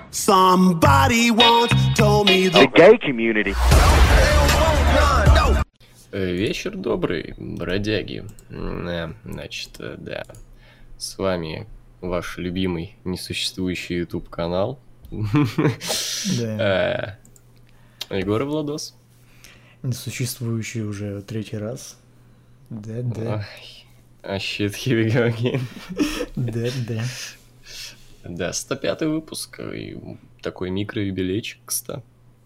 Somebody once told me the gay community. Вечер добрый, бродяги. Значит, да. С вами ваш любимый несуществующий YouTube канал. Да. Егор и Владос. Несуществующий уже третий раз. Да. Shit, here we go again. Да. Да, 105-й выпуск. И такой микро-юбилейчик, кстати.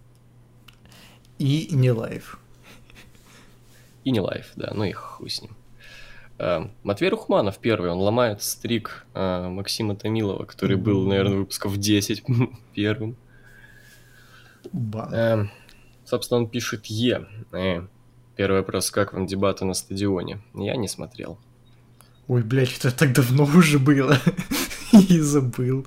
И не лайв. И не лайв, да, ну и хуй с ним. Матвей Рухманов первый, он ломает стрик Максима Томилова, который был, наверное, выпусков 10 первым. Собственно, он пишет Первый вопрос, как вам дебаты на стадионе? Я не смотрел. Ой, блядь, это так давно уже было. И забыл.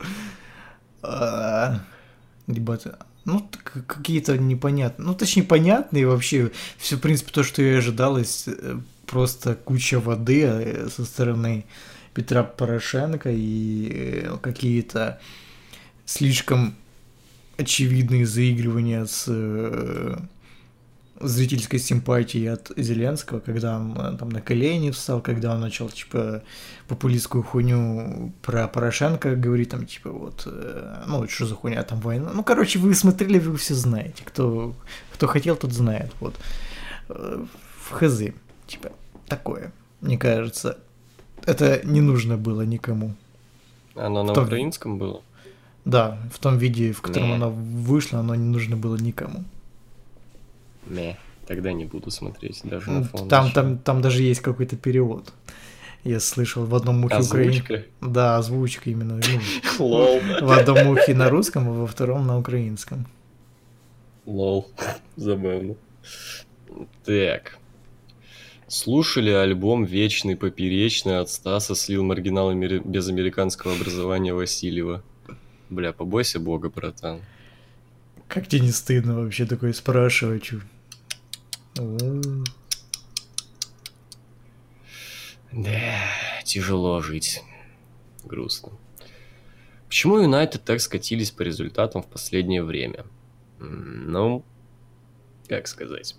Дебаты... Ну, какие-то непонятные. Ну, точнее, понятные вообще. Все, в принципе, то, что и ожидалось. Просто куча воды со стороны Петра Порошенко и какие-то слишком очевидные заигрывания с зрительской симпатией от Зеленского, когда он там на колени встал, когда он начал, типа, популистскую хуйню про Порошенко говорить, там, типа, вот, ну, что за хуйня, там, война. Ну, короче, вы смотрели, вы все знаете. Кто хотел, тот знает, вот. В хз, типа, такое. Мне кажется, это не нужно было никому. Оно на украинском было? Да, в том виде, в котором оно вышло, оно не нужно было никому. Тогда не буду смотреть даже на фон. Там даже есть какой-то перевод. Я слышал в одном ухе озвучка? Да, озвучка именно. Лол. В одном ухе на русском, а во втором на украинском. Лол. Забавно. Так. Слушали альбом «Вечный поперечный» от Стаса слил маргинала без американского образования Васильева. Бля, побойся бога, братан. Как тебе не стыдно вообще такое спрашивать? Да, тяжело жить. Грустно. Почему Юнайтед так скатились по результатам в последнее время? Ну, как сказать?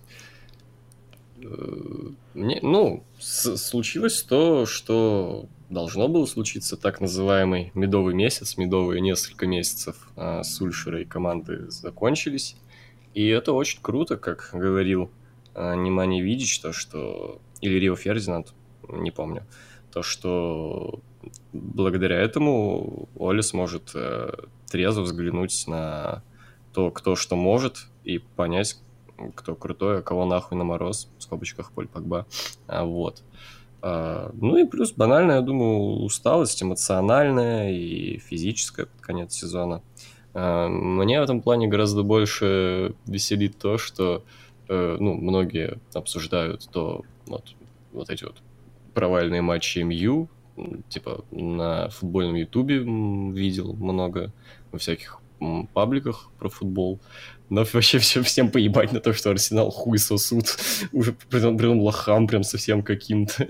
Случилось то, что должно было случиться, так называемый медовый месяц, медовые несколько месяцев Сульшера и команды закончились. И это очень круто, как говорил Немanja Vidic, то, что... Или Рио Фердинанд, не помню. То, что благодаря этому Оля сможет трезво взглянуть на то, кто что может, и понять, кто крутой, а кого нахуй на мороз, в скобочках Поль Погба. Вот. Ну и плюс банальная, я думаю, усталость эмоциональная и физическая под конец сезона. Мне в этом плане гораздо больше веселит то, что многие обсуждают вот эти вот провальные матчи МЮ, типа на футбольном ютубе видел много во всяких пабликах про футбол. Но вообще всем поебать на то, что Арсенал хуй сосут. Уже прям лохам прям совсем каким-то.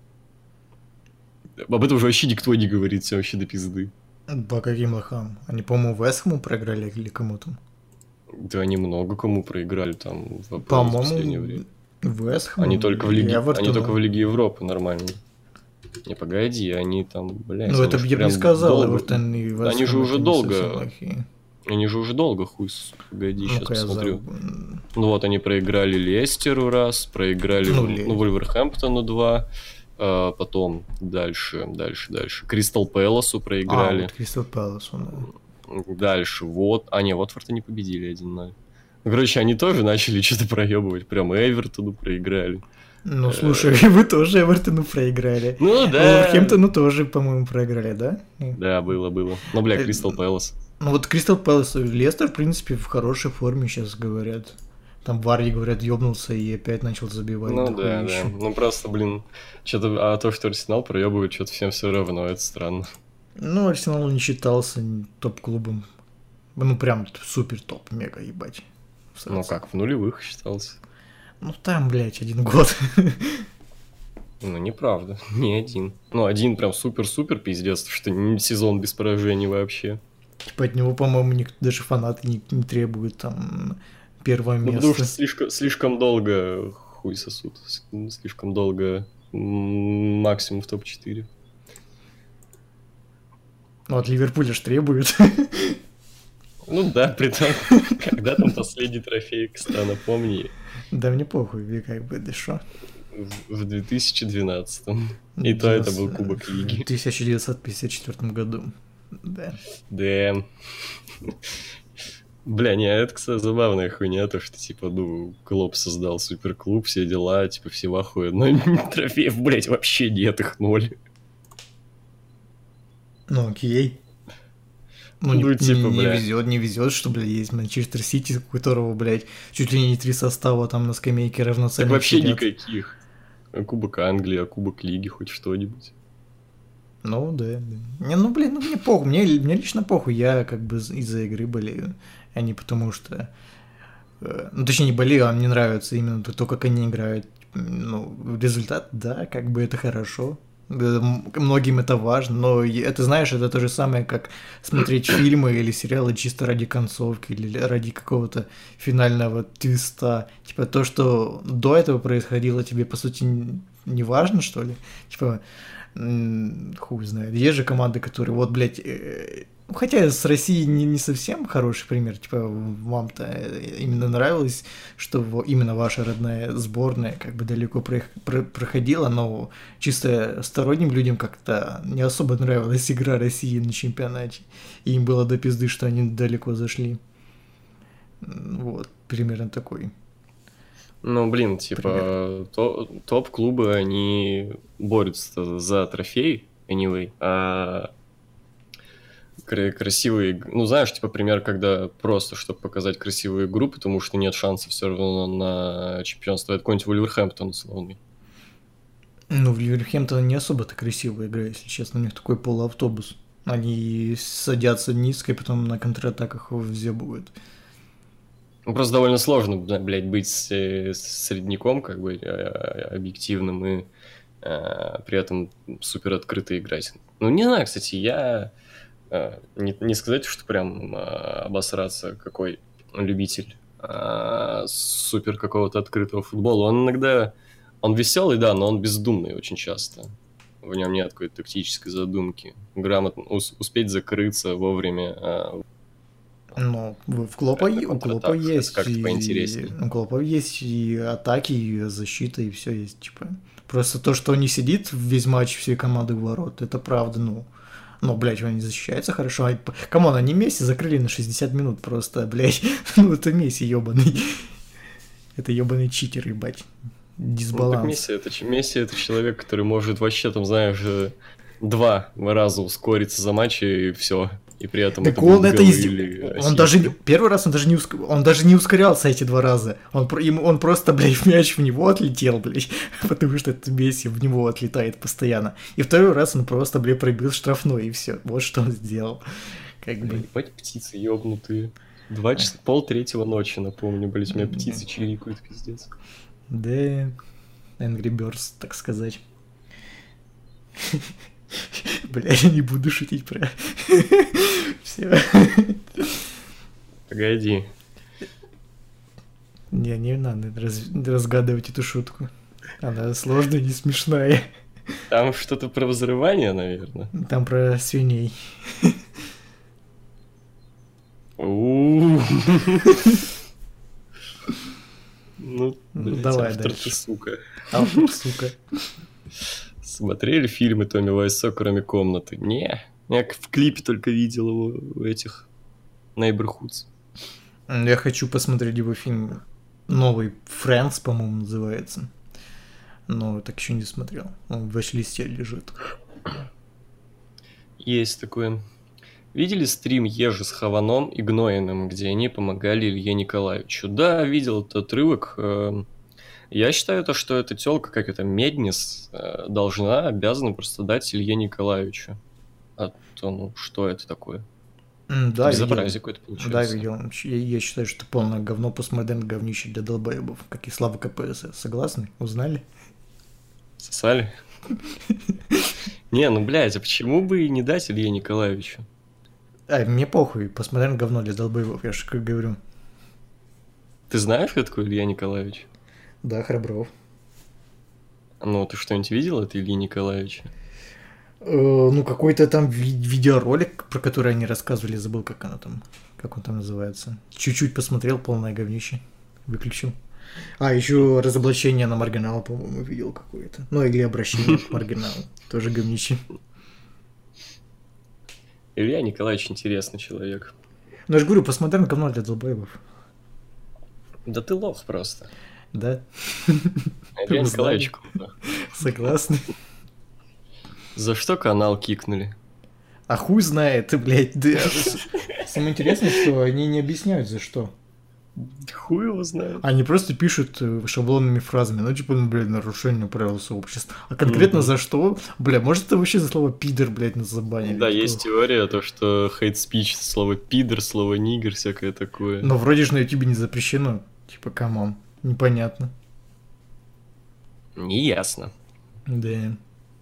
Об этом уже вообще никто не говорит, все вообще до пизды. По каким лохам? Они, по-моему, Вестхэму проиграли или кому там? Да они много кому проиграли там в последнее время. Вестхэму? Они только в Лиге Европы нормально. Не, погоди, они там, блядь... Ну, это бы я бы не сказал, Эвертон и Вестхэм. Они же уже долго... Они же уже долго хуй... Погоди, сейчас посмотрю. Ну вот, они проиграли Лестеру раз, проиграли Вулверхэмптону 2, потом дальше. Кристал Пэласу проиграли. Вот Кристал Пэласу, да. Дальше, Уотфорда не победили 1-0. Короче, они тоже начали что-то проебывать. Прям Эвертону проиграли. Ну, слушай, вы тоже Эвертону проиграли. Ну, да. Вулверхэмптону тоже, по-моему, проиграли, да? Да, было. Ну, бля, Кристал Пэлас. Ну, вот Кристал Пэлас и Лестер, в принципе, в хорошей форме сейчас говорят. Там Варди, говорят, ёбнулся и опять начал забивать. Ну, да. Ну, просто, блин, что-то... А то, что Арсенал проебывает, что-то всем все равно, это странно. Ну, Арсенал не считался топ-клубом. Ну, прям супер топ, мега, ебать. Ну, как, в нулевых считался. Ну, там, блядь, 1 год. Ну, неправда, не один. Ну, один прям супер-супер пиздец, что сезон без поражений вообще. Типа от него, по-моему, никто, даже фанаты не требуют там первое Ну, потому что место. слишком долго хуй сосут. Слишком долго максимум в топ-4. Ну, от Ливерпуля ж требуют. Ну да, при том, когда там последний трофей Кста, напомни, Да мне похуй, как бы, да шо. в 2012-м. И то это был Кубок В Лиги. 1954 году. Да. Да. Бля, не, это, кстати, забавная хуйня, то, что, типа, ну, Клоп создал суперклуб, все дела, типа, все в ахуе, но трофеев, блядь, вообще нет, их 0. Ну, окей. Ну, Ну, типа, не бля. везет, что, блядь, есть Манчестер Сити, у которого, блядь, чуть ли не 3 состава там на скамейке Так равноценно вообще сидят. никаких. Кубок Англии, а Кубок Лиги, хоть что-нибудь. Ну, да. Не, ну, блин, ну, мне похуй, мне лично похуй, я как бы из-за игры болею, а не потому что... Ну, точнее, не болею, а мне нравится именно то, как они играют. Ну, результат, да, как бы это хорошо. Многим это важно, но это, знаешь, это то же самое, как смотреть фильмы или сериалы чисто ради концовки или ради какого-то финального твиста. Типа то, что до этого происходило, тебе, по сути, не важно, что ли? Типа, хуй знает. Есть же команды, которые, вот, блядь, хотя с Россией не совсем хороший пример, типа, вам-то именно нравилось, что именно ваша родная сборная как бы далеко проходила, но чисто сторонним людям как-то не особо нравилась игра России на чемпионате, и им было до пизды, что они далеко зашли. Вот, примерно такой. Ну, блин, типа, топ-клубы, они борются за трофей, anyway, а красивые, ну, знаешь, типа, пример, когда просто, чтобы показать красивую игру, потому что нет шансов все равно на чемпионство, это какой-нибудь Вулверхэмптон условный. Ну, в Ливерхэмптон не особо-то красивая игра, если честно, у них такой полуавтобус. Они садятся низко, и потом на контратаках его взъебывают. Ну, просто довольно сложно, блядь, быть средняком, как бы, объективным и при этом супер открыто играть. Ну, не знаю, кстати, я... Не сказать, что прям обосраться, какой любитель супер какого-то открытого футбола. Он иногда... Он веселый, да, но он бездумный очень часто. В нем нет какой-то тактической задумки. Грамотно успеть закрыться вовремя. Ну, у Клопа есть. Как-то поинтереснее. У Клопа есть и атаки, и защита, и все есть, типа. Просто то, что он не сидит весь матч всей команды в ворот, это правда, ну... Но, блядь, он не защищается хорошо. Камон, они Месси закрыли на 60 минут просто, блядь. Ну, это Месси ебаный. Это ебаный читер, ебать. Дисбаланс. Ну, так Месси это человек, который может вообще, там, знаешь, 2 раза ускориться за матч, и все. И при этом так это он это он даже первый раз он даже не ускорялся эти 2 раза. Он просто, блядь, мяч в него отлетел, блядь, потому что это Месси в него отлетает постоянно. И второй раз он просто, блядь, пробил штрафной, и все. Вот что он сделал. Как бы. Ебать, птицы ёбнутые. 2 часа, 2:30 ночи, напомню, блядь, у меня птицы чирикают, пиздец. Да, Angry Birds, так сказать. Бля, я не буду шутить про... Все. Погоди. Не надо разгадывать эту шутку. Она сложная, не смешная. Там что-то про взрывание, наверное. Там про свиней. Ну, давай автор дальше. ты, сука. Автор, сука. Смотрели фильмы Томми Вайсо, кроме комнаты? Не, я в клипе только видел его у этих Neighborhoods. Я хочу посмотреть его фильм новый, Friends, по-моему, называется. Но так еще не смотрел. Он в watch-листе лежит. Есть такое. Видели стрим Ежи с Хованом и Гноиным, где они помогали Илье Николаевичу? Да, видел этот отрывок. Я считаю, что эта тёлка, как это, Меднис, обязана просто дать Илье Николаевичу. А то, ну, что это такое? Да, безобразие какое-то получается. Да, видел. Я считаю, что это полное говно, постмодерн, говнище для долбоебов, как и Слава КПСС. Согласны? Узнали? Сосали? Не, ну, блядь, а почему бы и не дать Илье Николаевичу? Мне похуй, посмотри на говно для долбоебов, я же как говорю. Ты знаешь, кто такой Илья Николаевич? Да, Храбров. Ну, ты что-нибудь видел от Ильи Николаевича? Ну, какой-то там видеоролик, про который они рассказывали, забыл, как он там называется. Чуть-чуть посмотрел, полное говнище. Выключил. Еще разоблачение на маргинал, по-моему, видел какое-то. Ну, или обращение к маргиналу. Тоже говнище. Илья Николаевич интересный человек. Ну, я же говорю, посмотри на говно для долбоебов. Да ты лох просто. Да? Илья Николаевич круто. Согласны. За что канал кикнули? А хуй знает, блядь. Да. Самое интересное, что они не объясняют, за что. Хуй его знает. Они просто пишут шаблонными фразами. Ну, типа, блядь, нарушение правил сообщества. А конкретно за что? Бля, может, это вообще за слово пидор, блядь, нас забанили? Да, есть теория, то, что хейт-спич, слово пидор, слово нигер, всякое такое. Но вроде же на ютубе не запрещено. Типа, камон. Непонятно. Неясно. Да.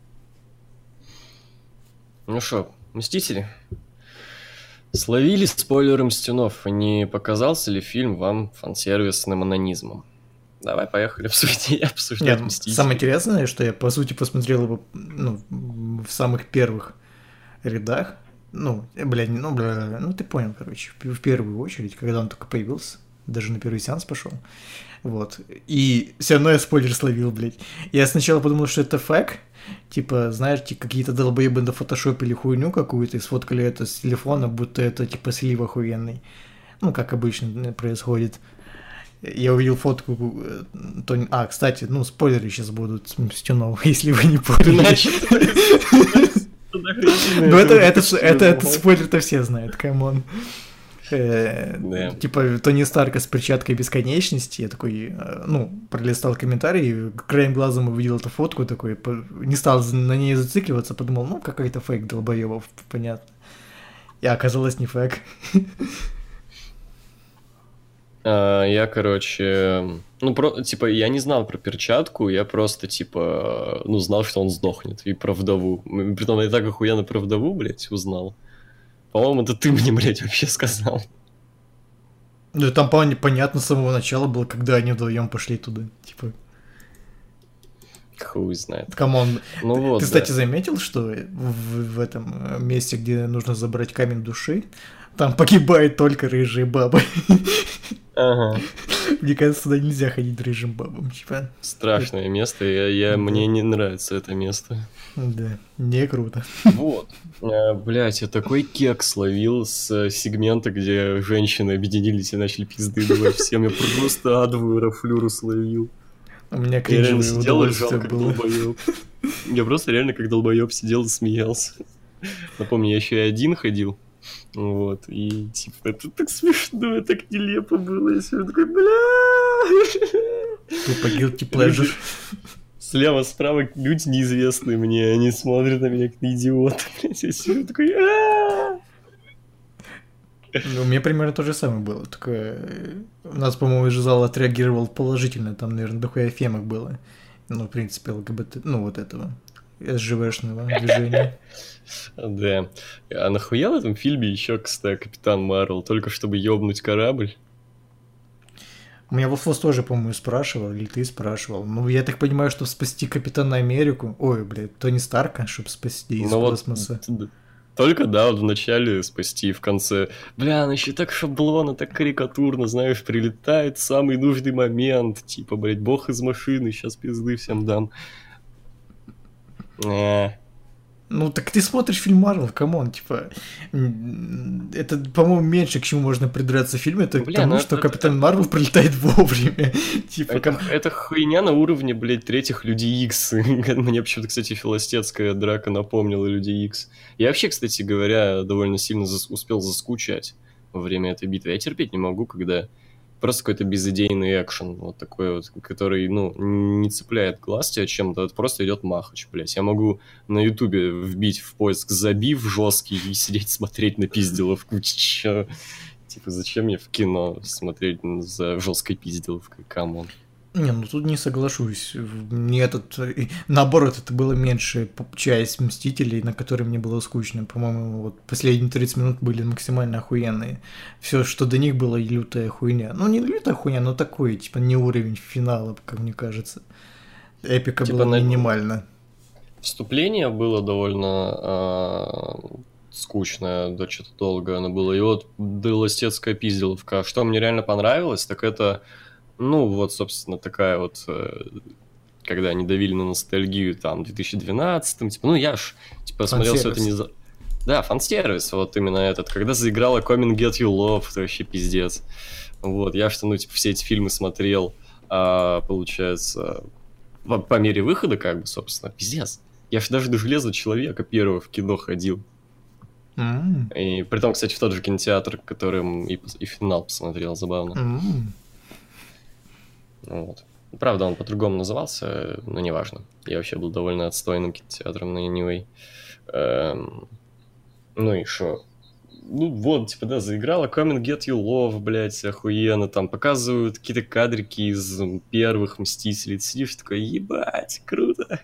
Ну шо, Мстители? Словили спойлеры Мстюнов. Не показался ли фильм вам фан-сервисным анонизмом? Давай, поехали обсуждать Мстители. Самое интересное, что я, по сути, посмотрел его в самых первых рядах. Ну, ты понял, короче. В первую очередь, когда он только появился. Даже на первый сеанс пошел. Вот. И все равно я спойлер словил, блядь. Я сначала подумал, что это фэк. Типа, знаете, какие-то долбоебы дофотошопили хуйню какую-то и сфоткали это с телефона, будто это, типа, слив охуенный. Ну, как обычно происходит. Я увидел фотку Тони... кстати, спойлеры сейчас будут с Мстюнов, если вы не поняли. Ну, это спойлер-то все знают, камон. Типа Тони Старка с перчаткой бесконечности. Я такой, пролистал комментарии, краем глазом увидел эту фотку, такой, не стал на ней зацикливаться, подумал, какой-то фейк долбоебов, понятно. И оказалось не фейк. Я, короче, я не знал про перчатку, я просто, знал, что он сдохнет, и про вдову. Притом я так охуенно про вдову, блядь, узнал. По-моему, это ты мне, блядь, вообще сказал. Ну, там понятно с самого начала было, когда они вдвоем пошли туда, типа. Хуй знает. Камон. Ты, кстати, заметил, что в этом месте, где нужно забрать камень души, там погибает только рыжие бабы. Ага. Мне кажется, туда нельзя ходить рыжим бабам, типа. Страшное место, мне не нравится это место. Да, не круто. Вот. Блять, я такой кекс словил с сегмента, где женщины объединились и начали пизды давать всем. Я просто адовую рафлюру словил. У меня кринжевое удовольствие было. Я просто реально как долбоеб сидел и смеялся. Напомню, я еще и один ходил. Вот, и типа, это так смешно, это так нелепо было. Я себе такой, бля. Тупо guilty pleasure. Слева, справа люди неизвестные мне, они смотрят на меня как на идиота. Я себе такой, У меня примерно то же самое было. Только у нас, по-моему, же зал отреагировал положительно. Там, наверное, дохуя фемок было. В принципе, ЛГБТ, вот этого СЖВшного движения. Да. А нахуя в этом фильме еще, кстати, Капитан Марвел? Только чтобы ёбнуть корабль? У меня Волфос тоже, по-моему, спрашивал, или ты спрашивал. Я так понимаю, что спасти Капитана Америку... Ой, блядь, Тони Старка, чтобы спасти из космоса. Только, в начале спасти, в конце. Бля, она еще так шаблонно, так карикатурно, знаешь, прилетает в самый нужный момент. Типа, блядь, бог из машины, сейчас пизды всем дам. Так ты смотришь фильм Марвел, камон, типа, это, по-моему, меньше к чему можно придраться в фильме, это к тому, что Капитан Марвел прилетает вовремя. Типа, это хуйня на уровне, блядь, третьих Людей Икс. Мне почему-то, кстати, филостетская драка напомнила Людей Икс. Я вообще, кстати говоря, довольно сильно успел заскучать во время этой битвы. Я терпеть не могу, когда просто какой-то безыдейный экшен, вот такой вот, который, не цепляет глаз тебя чем-то, это просто идет махач, блядь. Я могу на ютубе вбить в поиск «забив жесткий» и сидеть смотреть на пизделовку. Чё? Типа, зачем мне в кино смотреть за жесткой пизделовкой, камон? Не, ну тут не соглашусь. Мне наоборот, это было меньшая часть Мстителей, на которой мне было скучно. По-моему, вот последние 30 минут были максимально охуенные. Все, что до них было, лютая хуйня. Ну, не лютая хуйня, но такой, типа, не уровень финала, как мне кажется. Эпика Типа была минимальна. Вступление было довольно скучное, да что-то долго оно было. И вот Делостецкая пизделовка. Что мне реально понравилось, так это, ну, вот, собственно, такая вот, когда они давили на ностальгию, там, 2012-м, типа, ну, я ж, типа, смотрел все это не за... Да, фан-сервис, вот именно этот. Когда заиграла Come and Get You Love, это вообще пиздец. Вот, я что, ну, типа, все эти фильмы смотрел, получается, по мере выхода, как бы, собственно, пиздец. Я ж даже до Железного Человека первого в кино ходил. И при том, кстати, в тот же кинотеатр, которым и финал посмотрел, забавно. Вот. Правда, он по-другому назывался, но неважно. Я вообще был довольно отстойным кинотеатром на Anyway. Ну и шо? Ну вот, типа, да, заиграла Come and Get You Love, блядь, охуенно. Там показывают какие-то кадрики из первых Мстителей. Ты сидишь такой, ебать, круто.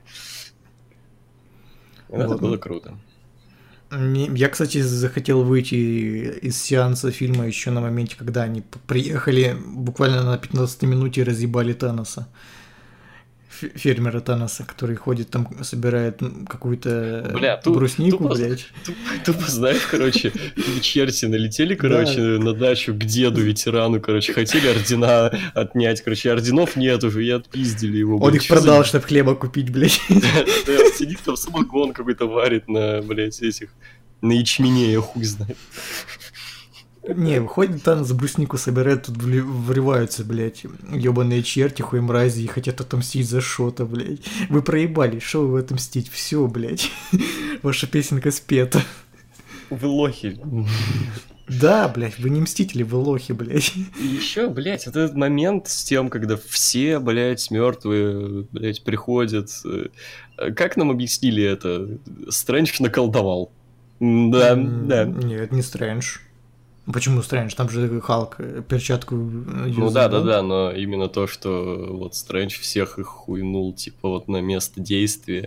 Вот. Это было круто. Я, кстати, захотел выйти из сеанса фильма еще на моменте, когда они приехали буквально на 15 минуте и разъебали Таноса. Фермера Таноса, который ходит там, собирает какую-то бруснику, блядь. Тупо, знаешь, короче, черти налетели, короче, на дачу к деду, ветерану, короче, хотели ордена отнять, короче, орденов нет уже, и отпиздили его. Он их продал, чтобы хлеба купить, блядь. Да, сидит там самогон какой-то варит на, блядь, этих, на ячмене, я хуй знает. Не, выходит, там за бруснику собирают, тут врываются, блядь, ёбаные черти, хуй мрази, и хотят отомстить за что-то, блядь. Вы проебали, что вы в этом мстить? Все, блядь. Ваша песенка спета. Вы лохи. Да, блядь, вы не мстители, вы лохи, блядь. И еще, блядь, вот этот момент с тем, когда все, блядь, мертвые, блядь, приходят. Как нам объяснили это? Стрэндж наколдовал. Да. Нет, не Стрэндж. Почему Стрэндж? Там же Халк перчатку юзал. Ну да, но именно то, что вот Стрэндж всех их хуйнул, типа вот на место действия.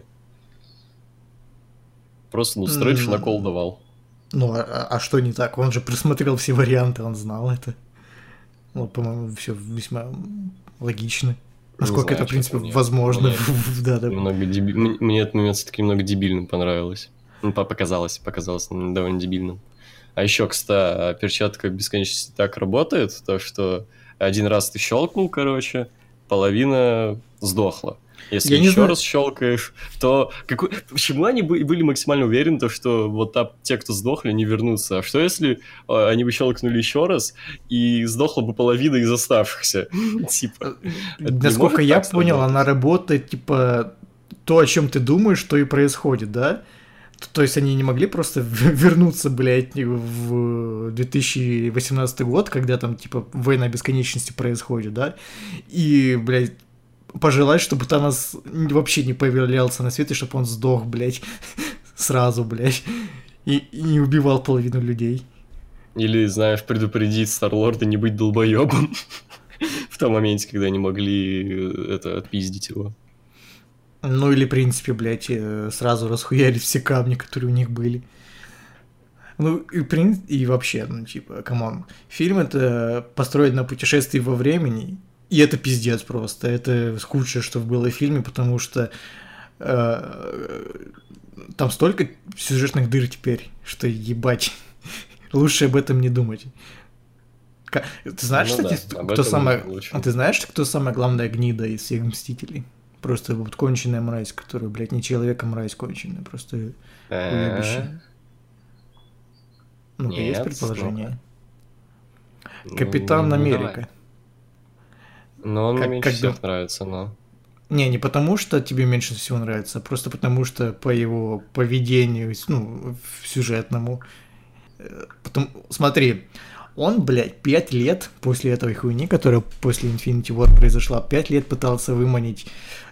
Просто, ну, Стрэндж наколдовал. Ну, а что не так? Он же присмотрел все варианты, он знал это. Ну, по-моему, все весьма логично. Насколько это, в принципе, возможно. Мне этот момент все-таки немного дебильным понравилось. Ну, показалось довольно дебильным. А еще, кстати, перчатка бесконечности так работает, то что один раз ты щелкнул, короче, половина сдохла. Если еще раз щелкаешь, то почему они были максимально уверены, то, что вот те, кто сдохли, не вернутся? А что если они бы щелкнули еще раз, и сдохла бы половина из оставшихся? Типа. Насколько я понял, она работает, типа, то, о чем ты думаешь, то и происходит, да? То есть они не могли просто вернуться, блядь, в 2018 год, когда там, типа, война бесконечности происходит, да? И, блядь, пожелать, чтобы Танос вообще не появлялся на свет, и чтобы он сдох, блядь, сразу, блядь, и не убивал половину людей. Или, знаешь, предупредить Старлорда не быть долбоебом в том моменте, когда они могли отпиздить его. Ну или, в принципе, блядь, сразу расхуяли все камни, которые у них были. Ну и вообще, ну типа, камон. Фильм это построен на путешествии во времени, и это пиздец просто. Это худшее, что было в фильме, потому что там столько сюжетных дыр теперь, что ебать. Лучше об этом не думать. Ты знаешь, кстати, ты знаешь, кто самая главная гнида из всех Мстителей? Просто вот конченая мразь, которая, блядь, не человек, а мразь конченая. Просто уебище. Ну, есть предположение? Капитан Америка. Но он мне меньше всех нравится, но... Не потому что тебе меньше всего нравится, а просто потому что по его поведению, ну, сюжетному. Потом, смотри, Он, блядь, 5 лет после этой хуйни, которая после Infinity War произошла, 5 лет пытался выманить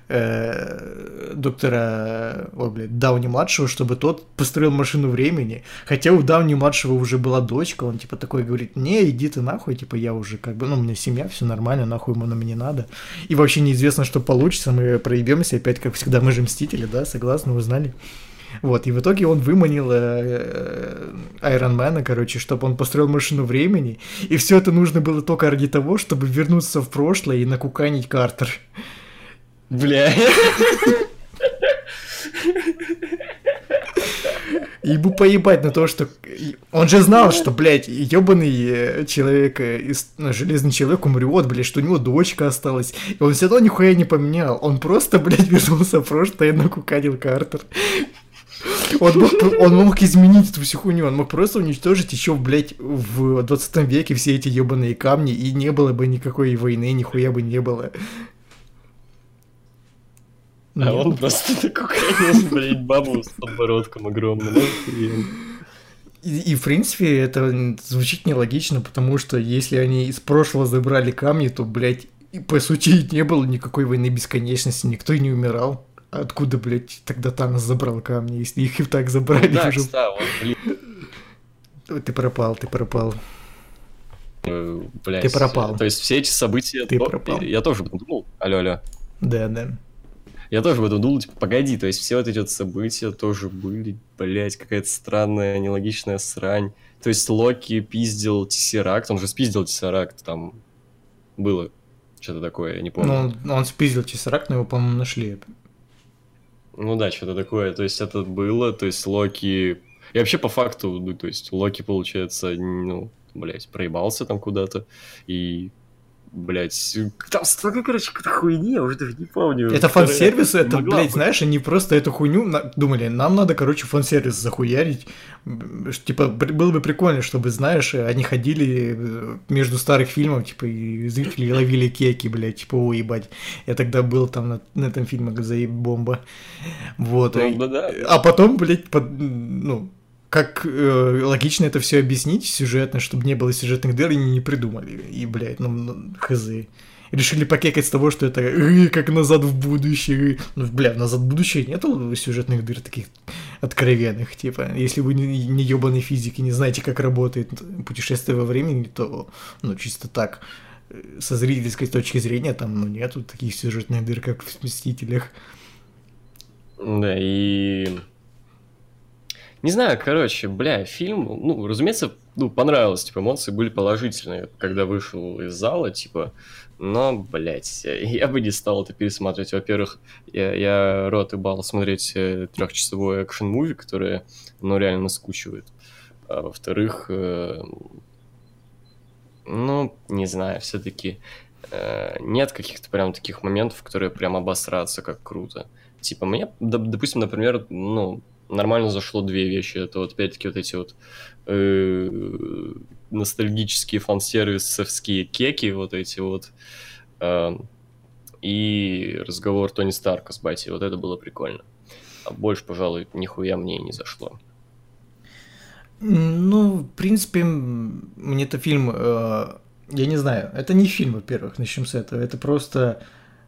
доктора Дауни-младшего, чтобы тот построил машину времени. Хотя у Дауни-младшего уже была дочка, он типа такой говорит: не, иди ты нахуй, типа я уже как бы, ну, у меня семья, все нормально, нахуй ему на мне не надо. И вообще неизвестно, что получится, мы проебемся опять, как всегда, мы же мстители, да, согласны, узнали. Вот, и в итоге он выманил Айронмена, короче, чтобы он построил машину времени, и все это нужно было только ради того, чтобы вернуться в прошлое и накуканить Картер. Бля. Ему поебать на то, что... Он же знал, что, блядь, ебаный человек, железный человек умрет, блядь, что у него дочка осталась. И он все равно нихуя не поменял. Он просто, блядь, вернулся в прошлое и накуканил Картер. Он мог изменить эту всю хуйню, он мог просто уничтожить еще, блядь, в 20 веке все эти ебаные камни, и не было бы никакой войны, нихуя бы не было. А он просто такой, конечно, блядь, бабу с подбородком огромным. И, в принципе, это звучит нелогично, потому что если они из прошлого забрали камни, то, блядь, по сути, не было никакой войны бесконечности, никто не умирал. Откуда, блядь, тогда Танос забрал камни, если их и так забрали? Да, уже... кстати, блин. Ты пропал. Блядь. Ты пропал. То есть все эти события... Ты пропал. Я тоже об этом думал. Алло. Да. Я тоже об этом думал, типа, погоди, то есть все вот эти вот события тоже были, блядь, какая-то странная, нелогичная срань. То есть Локи пиздил Тессеракт, он же спиздил Тессеракт, там было что-то такое, я не помню. Ну, он спиздил Тессеракт, но его, по-моему, нашли. Ну да, что-то такое, то есть это было, то есть Локи... И вообще по факту, ну, то есть Локи, получается, ну, блядь, проебался там куда-то, и... Блять, там столько, короче, какой-то хуйни, я уже даже не помню. Это фан-сервис, это, могла блядь, быть. знаешь, они просто эту хуйню думали, нам надо, короче, фан-сервис захуярить. Типа, было бы прикольно, чтобы, знаешь, они ходили между старых фильмов, типа, и зрители ловили кеки, блядь, типа, о, ебать. Я тогда был там на этом фильме «Заеб бомба». Вот. Ну, да. А потом, блядь, как логично это все объяснить сюжетно, чтобы не было сюжетных дыр, и не придумали. И, блядь, хз. Решили покекать с того, что это как «Назад в будущее». Ну, бля, «Назад в будущее» нету сюжетных дыр таких откровенных. Типа, если вы не ебаные физики, не знаете, как работает путешествие во времени, то, ну, чисто так, со зрительской точки зрения, там, ну, нету таких сюжетных дыр, как в «Мстителях». Да, и... Не знаю, короче, бля, фильм, ну, разумеется, ну, понравилось, типа, эмоции были положительные, когда вышел из зала, типа, но, блядь, я бы не стал это пересматривать. Во-первых, я рот и бал смотреть трехчасовой экшен-муви, которое, ну, реально наскучивает. А во-вторых, ну, не знаю, все-таки нет каких-то прям таких моментов, которые прям обосраться как круто. Типа, мне, допустим, например, ну, нормально зашло две вещи. Это вот опять-таки вот эти вот ностальгические фан-сервисовские кеки, вот эти вот, и разговор Тони Старка с Батей. Вот это было прикольно. А больше, пожалуй, нихуя мне не зашло. Ну, в принципе, мне это фильм... я не знаю, это не фильм, во-первых, начнем с этого. Это просто...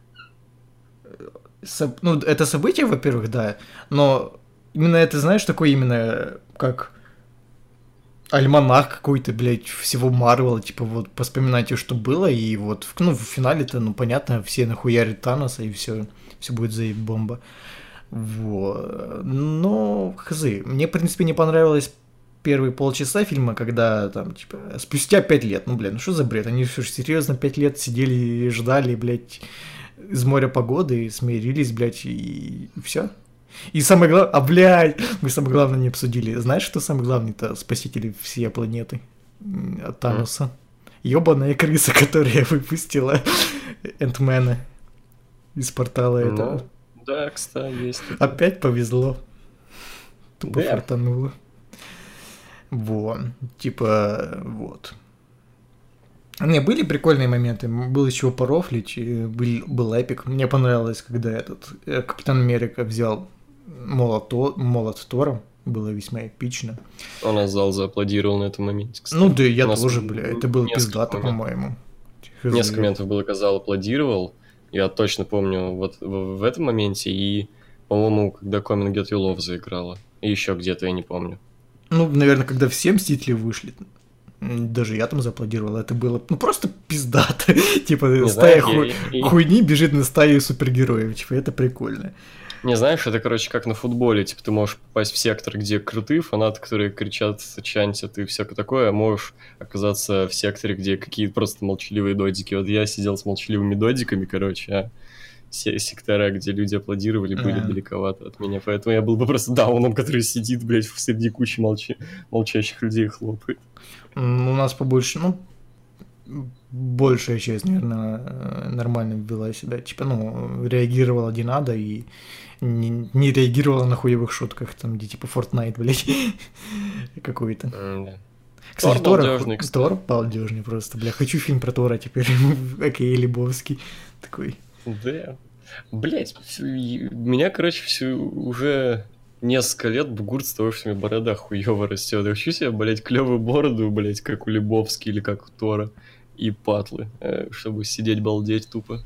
Ну, это событие, во-первых, да, но именно это, знаешь, такое именно как альманах какой-то, блядь, всего Марвела, типа вот поспоминайте, что было, и вот, ну, в финале-то, ну, понятно, все нахуярят Таноса, и все будет заеб бомба. Вот. Но, хз, мне, в принципе, не понравилось первые полчаса фильма, когда там, типа, спустя 5 лет, ну, блядь, ну что за бред, они все же серьезно 5 лет сидели и ждали, блядь, из моря погоды, смирились, блядь, и все. И самое главное... блядь, мы самое главное не обсудили. Знаешь, что самое главное-то? Спасители всей планеты от Таноса. Ёбаная крыса, которая выпустила Энтмена из портала этого. Да, кстати, есть. Опять повезло. Тупо Да. фартануло. Вот. Типа, вот. Не, были прикольные моменты, было из чего порофлить, был эпик. Мне понравилось, когда этот Капитан Америка взял молот Тора, было весьма эпично. У нас зал зааплодировал на этом моменте, кстати. Ну да, я У нас тоже, бля, это было несколько пиздато, моментов. по-моему. Несколько моментов было, когда зал аплодировал. Я точно помню вот в этом моменте и, по-моему, когда Coming Get Your Love заиграла. И еще где-то, я не помню. Ну, наверное, когда все Мстители вышли, даже я там зааплодировал, это было, ну, просто пиздато. Типа, Не стая знаю, хуйни бежит на стаю супергероев, типа, это прикольно. Не, знаешь, это, короче, как на футболе. Типа, ты можешь попасть в сектор, где крутые фанаты, которые кричат, чантят и всякое такое, а можешь оказаться в секторе, где какие-то просто молчаливые додики. Вот я сидел с молчаливыми додиками, короче, а сектора, где люди аплодировали, были далековато от меня. Поэтому я был бы просто дауном, который сидит, блядь, среди кучи молчащих людей и хлопает. У нас побольше, ну, большая часть, наверное, нормально вела себя. Типа, ну, реагировала где надо и не реагировала на хуевых шутках, там, где типа Fortnite, блядь, какой-то. Да. Кстати, Тор балдёжный, кстати. Тор балдежный просто, бля. Хочу фильм про Тора теперь, окей, Лебовский такой. Да. Блять, меня, короче, все уже несколько лет бугурт с того, что у меня борода хуёво растет. Я хочу себе, блять, клевую бороду, блять, как у Лебовски или как у Тора, и патлы, чтобы сидеть балдеть тупо.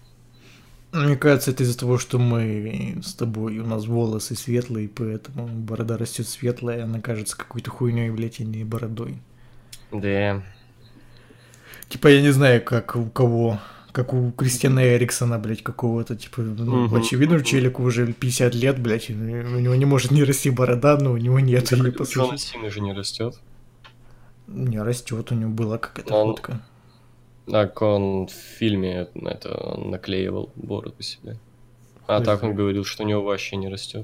Мне кажется, это из-за того, что мы с тобой, у нас волосы светлые, поэтому борода растет светлая, она кажется какой-то хуйней, блядь, а не бородой. Да. Типа, я не знаю, как у кого, как у Кристиана Эриксона, блядь, какого-то, типа, ну, очевидно, челику уже 50 лет, блядь, у него не может не расти борода, но у него нет ее, по Джона сути. Сина же не растет. Не растет, у него была какая-то Он- фотка. Так он в фильме это наклеивал бороду себе. А Хуй так он знает. говорил, что у него вообще не растет.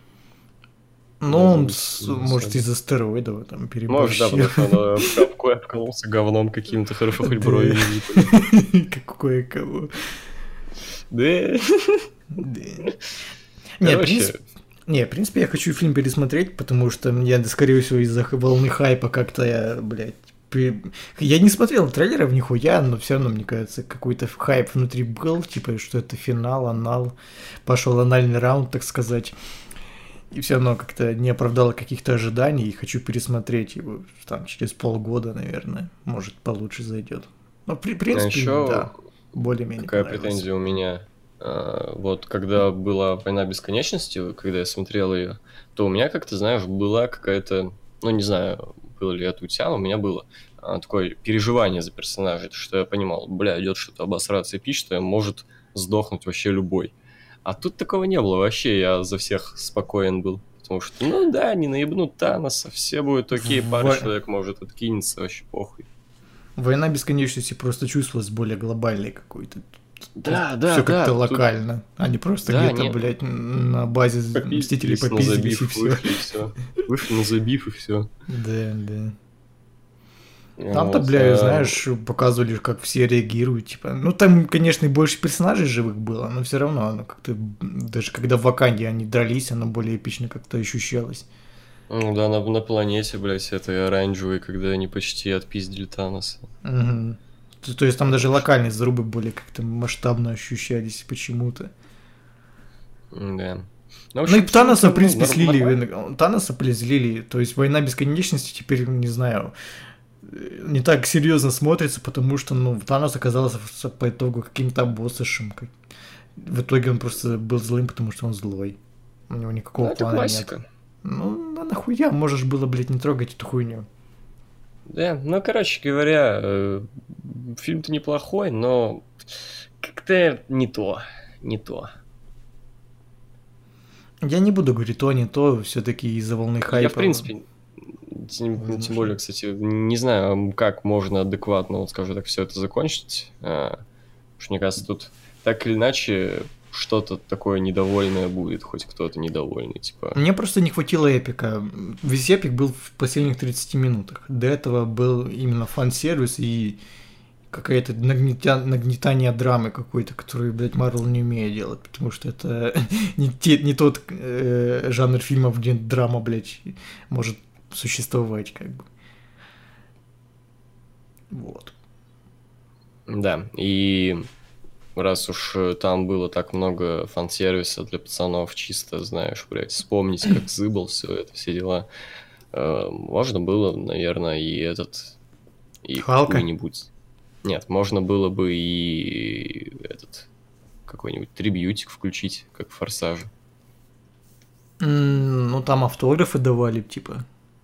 Ну, Даже он, не может, особо. из-за стероидов там Может, да, переборщил. потому что он обкололся говном каким-то, хорошо хоть брови не выпали. Как кое-кого. Да. Да. Не, в Короче, принципе, я хочу фильм пересмотреть, потому что я, скорее всего, из-за волны хайпа как-то я, блядь, я не смотрел трейлеров нихуя, но все равно, мне кажется, какой-то хайп внутри был, типа, что это финал, анал, пошел анальный раунд, так сказать. И все равно как-то не оправдало каких-то ожиданий, и хочу пересмотреть его там через полгода, наверное, может, получше зайдет. Но, в принципе, еще да, более-менее какая понравилось. претензия у меня. Вот когда была «Война бесконечности», когда я смотрел ее, то у меня, как ты знаешь, была какая-то, ну не знаю, было ли это у тебя, но у меня было такое переживание за персонажа, что я понимал, бля, идет что-то обосраться эпичное, может сдохнуть вообще любой. А тут такого не было вообще, я за всех спокоен был. Потому что, ну да, не наебнут Таноса, все будет окей, пару Во- человек может откинется, вообще похуй. Война бесконечности просто чувствовалась более глобальной какой-то. Да, Все как-то тут локально, а не просто Да, где-то, нет. блядь, на базе Мстителей попиздились на попиздились и забив, все. вышли и все. Вышли на забив и все. Да, да. Там-то, бля, знаешь, показывали, как все реагируют, типа. Ну, там, конечно, и больше персонажей живых было, но все равно оно как-то, даже когда в Ваканде они дрались, оно более эпично как-то ощущалось. Ну да, на планете, блядь, этой оранжевой, когда они почти отпиздили Таноса. Мгм. То есть там даже локальные зарубы более как-то масштабно ощущались почему-то. Да. Ну и Таноса, в принципе, нормально. слили. Таноса слили. То есть война бесконечности теперь, не знаю, не так серьезно смотрится, потому что, ну, Танос оказался по итогу каким-то боссышем. В итоге он просто был злым, потому что он злой. У него никакого Ну, это плана классика. нет. Ну, а нахуя можешь было, блядь, не трогать эту хуйню? Да, ну, короче говоря, фильм-то неплохой, но как-то не то, не то. Я не буду говорить то, не то, все-таки из-за волны хайпа. Я, в принципе, тем более, кстати, не знаю, как можно адекватно, вот скажу так, все это закончить. Потому что, мне кажется, тут так или иначе что-то такое недовольное будет, хоть кто-то недовольный, типа. Мне просто не хватило эпика. Весь эпик был в последних 30 минутах. До этого был именно фан-сервис и какое-то нагнетание драмы какой-то, которую, блядь, Марвел не умеет делать, потому что это не тот жанр фильмов, где драма, блядь, может существовать, как бы. Вот. Да, и раз уж там было так много фан-сервиса для пацанов, чисто, знаешь, блядь, вспомнить, как зыбал все это, все дела. Можно было, наверное, и Халка? какую-нибудь... Нет, можно было бы и этот какой-нибудь трибьютик включить, как в «Форсаже». Ну, там автографы давали, типа.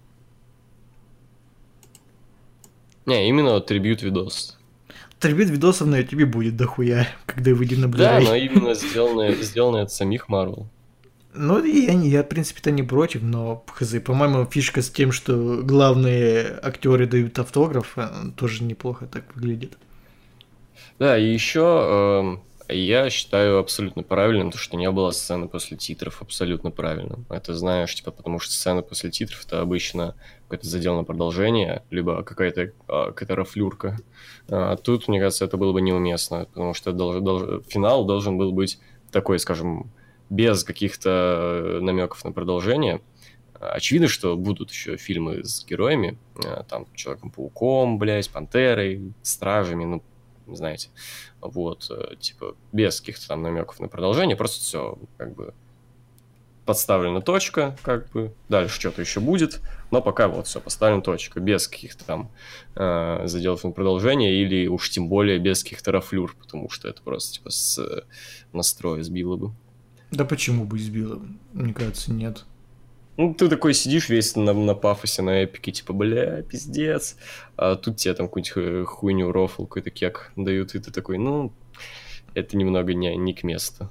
Не, именно вот трибьют-видос. Трибют видосов на ютубе будет дохуя, когда выйдет на Да, Blu-ray. но именно сделанное от самих Marvel. Ну, и я, в принципе-то не против, но, хз, по-моему, фишка с тем, что главные актеры дают автограф, тоже неплохо так выглядит. Да, и еще я считаю абсолютно правильным то, что не было сцены после титров, абсолютно правильным. Это знаешь, типа, потому что сцена после титров это обычно какое-то заделанное продолжение, либо какая-то рафлюрка. А тут, мне кажется, это было бы неуместно, потому что финал должен был быть такой, скажем, без каких-то намеков на продолжение. Очевидно, что будут еще фильмы с героями, там, Человеком-пауком, блядь, Пантерой, Стражами, ну, знаете, вот, типа, без каких-то там намеков на продолжение, просто все, как бы, подставлена точка, как бы, дальше что-то еще будет, но пока вот все, поставлена точка, без каких-то там заделов на продолжение, или уж тем более без каких-то рафлюр, потому что это просто, типа, с настроя сбило бы. Да почему бы сбило? Мне кажется, нет. Ну, ты такой сидишь весь на пафосе, на эпике, типа, бля, пиздец. А тут тебе там какую-нибудь хуйню, рофл, какой-то кек дают, и ты такой, ну, это немного не к месту.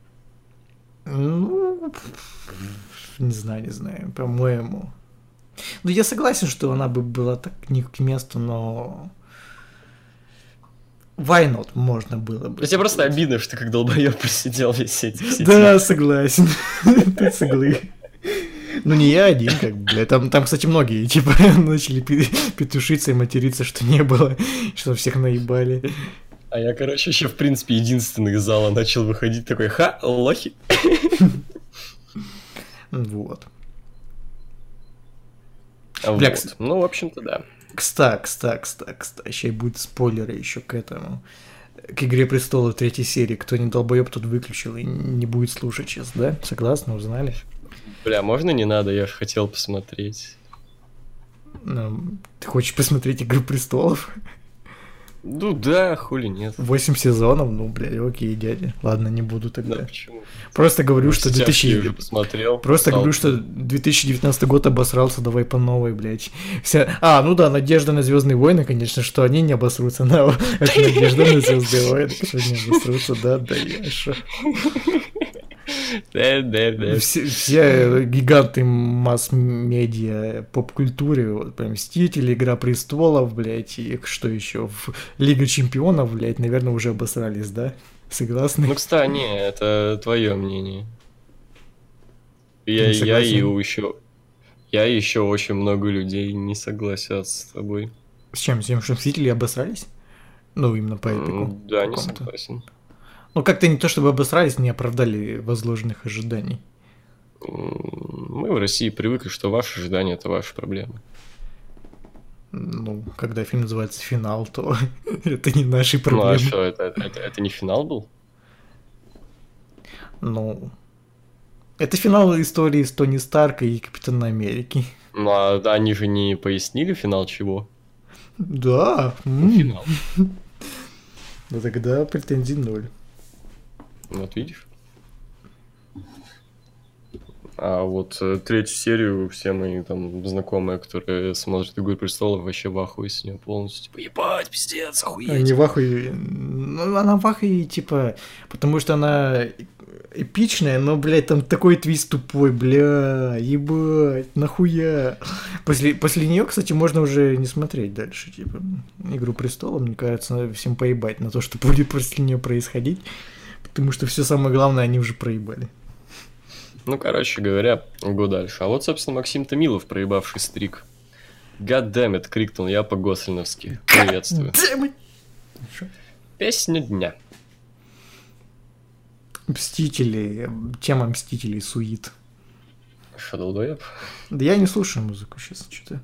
Ну, не знаю, по-моему. Ну, я согласен, что она бы была так не к месту, но... Why not можно было бы. Тебе просто обидно, что ты как долбоёб просидел весь эти... Да, согласен. Ты соглы. Ну, не я один, как бы, бля. Там, кстати, многие, типа, начали петушиться и материться, что не было, что всех наебали. А я, короче, еще, в принципе, единственный из зала начал выходить такой, ха, лохи. Вот. Бля, вот. Ну, в общем-то, да. Кстати, сейчас будут спойлеры еще к этому. К «Игре престолов» 3 серии. Кто не долбоеб, тот выключил и не будет слушать сейчас, да? Согласны, узнали? Бля, можно не надо? Я же хотел посмотреть. Ты хочешь посмотреть «Игру престолов»? Ну да, хули нет. 8 сезонов, ну, бля, окей, дядя. Ладно, не буду тогда. Да, почему? Просто говорю, что Я уже посмотрел. Просто говорю, что 2019 год обосрался, давай по новой, блядь. Ну да, надежда на Звездные войны, конечно, что они не обосрутся, но это надежда на Звездные войны, что они обосрутся, да, я шо. Да. Все гиганты масс-медиа, поп-культуре, вот, прям «Мстители», «Игра престолов», блядь, и что еще, Лига чемпионов, блядь, наверное, уже обосрались, да? Согласны? Ну, кстати, не, это твое мнение. Я еще очень много людей не согласятся с тобой. С чем? С тем, что «Мстители» обосрались? Ну, именно по эпику. Да, не согласен. Ну, как-то не то чтобы обосрались, не оправдали возложенных ожиданий. Мы в России привыкли, что ваши ожидания – это ваши проблемы. Ну, когда фильм называется «Финал», то это не наши проблемы. Ну, а что, это не финал был? Ну, это финал истории с Тони Старка и Капитана Америки. Ну, а они же не пояснили финал чего? Да. Финал. Ну, тогда претензий 0. Вот видишь? А вот 3 серию все мои там знакомые, которые смотрят «Игру престолов», вообще в ахуе с нее полностью. Типа, ебать, пиздец, охуеть. Они в ахуе. Ну, она в ахуе, типа, потому что она эпичная, но, блядь, там такой твист тупой, бля, ебать, нахуя. После нее, кстати, можно уже не смотреть дальше, типа, «Игру престолов», мне кажется, всем поебать на то, что будет после нее происходить. Потому что все самое главное они уже проебали. Ну, короче говоря, го дальше. А вот, собственно, Максим Томилов, проебавший стрик. God damn it, крикнул я по-гослиновски. Приветствую. Песня дня. Мстители. Тема Мстителей, суит. Что, долбоеб? Да я не слушаю музыку сейчас, что-то.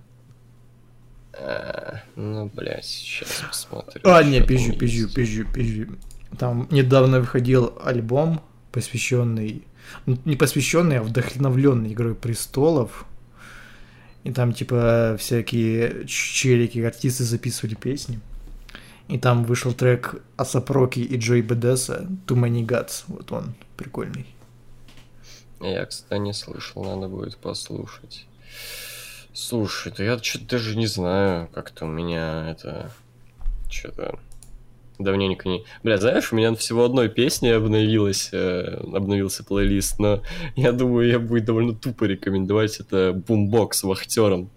Ну, блядь, сейчас посмотрим. Не, пизжу. Там недавно выходил альбом, посвященный, ну, не посвященный, а вдохновленный Игрой престолов. И там, типа, всякие челики, артисты записывали песни. И там вышел трек А$АП Роки и Джой Бедеса «Too Many Gods». Вот он, прикольный. Я, кстати, не слышал, надо будет послушать. Слушай, да я что-то даже не знаю, как-то у меня это... Что-то... Давненько не... Бля, знаешь, у меня всего одной песни обновился плейлист, но я думаю, я будет довольно тупо рекомендовать это «Бумбокс» Вахтером.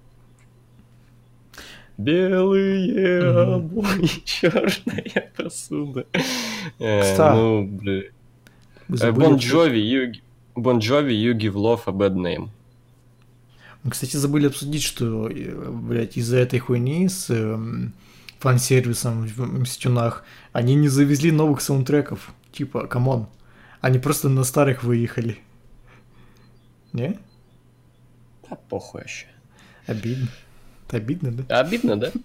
Белые обои, черная посуда. Ну, бля. Бон Джови, You Give Love a Bad Name. Мы, кстати, забыли обсудить, что, блядь, из-за этой хуйни с фан-сервисом в Мстюнах они не завезли новых саундтреков. Типа, камон. Они просто на старых выехали. Не? Да похуй вообще. Обидно. Обидно, да? Обидно, да?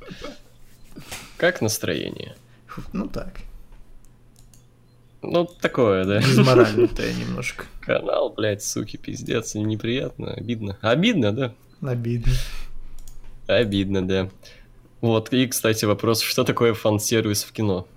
Как настроение? Ну так. Ну, такое, да. Безморально-то немножко. Канал, блядь, суки, пиздец, неприятно, обидно. Обидно, да? Обидно. Обидно, да. Вот, и, кстати, вопрос, что такое фан-сервис в кино?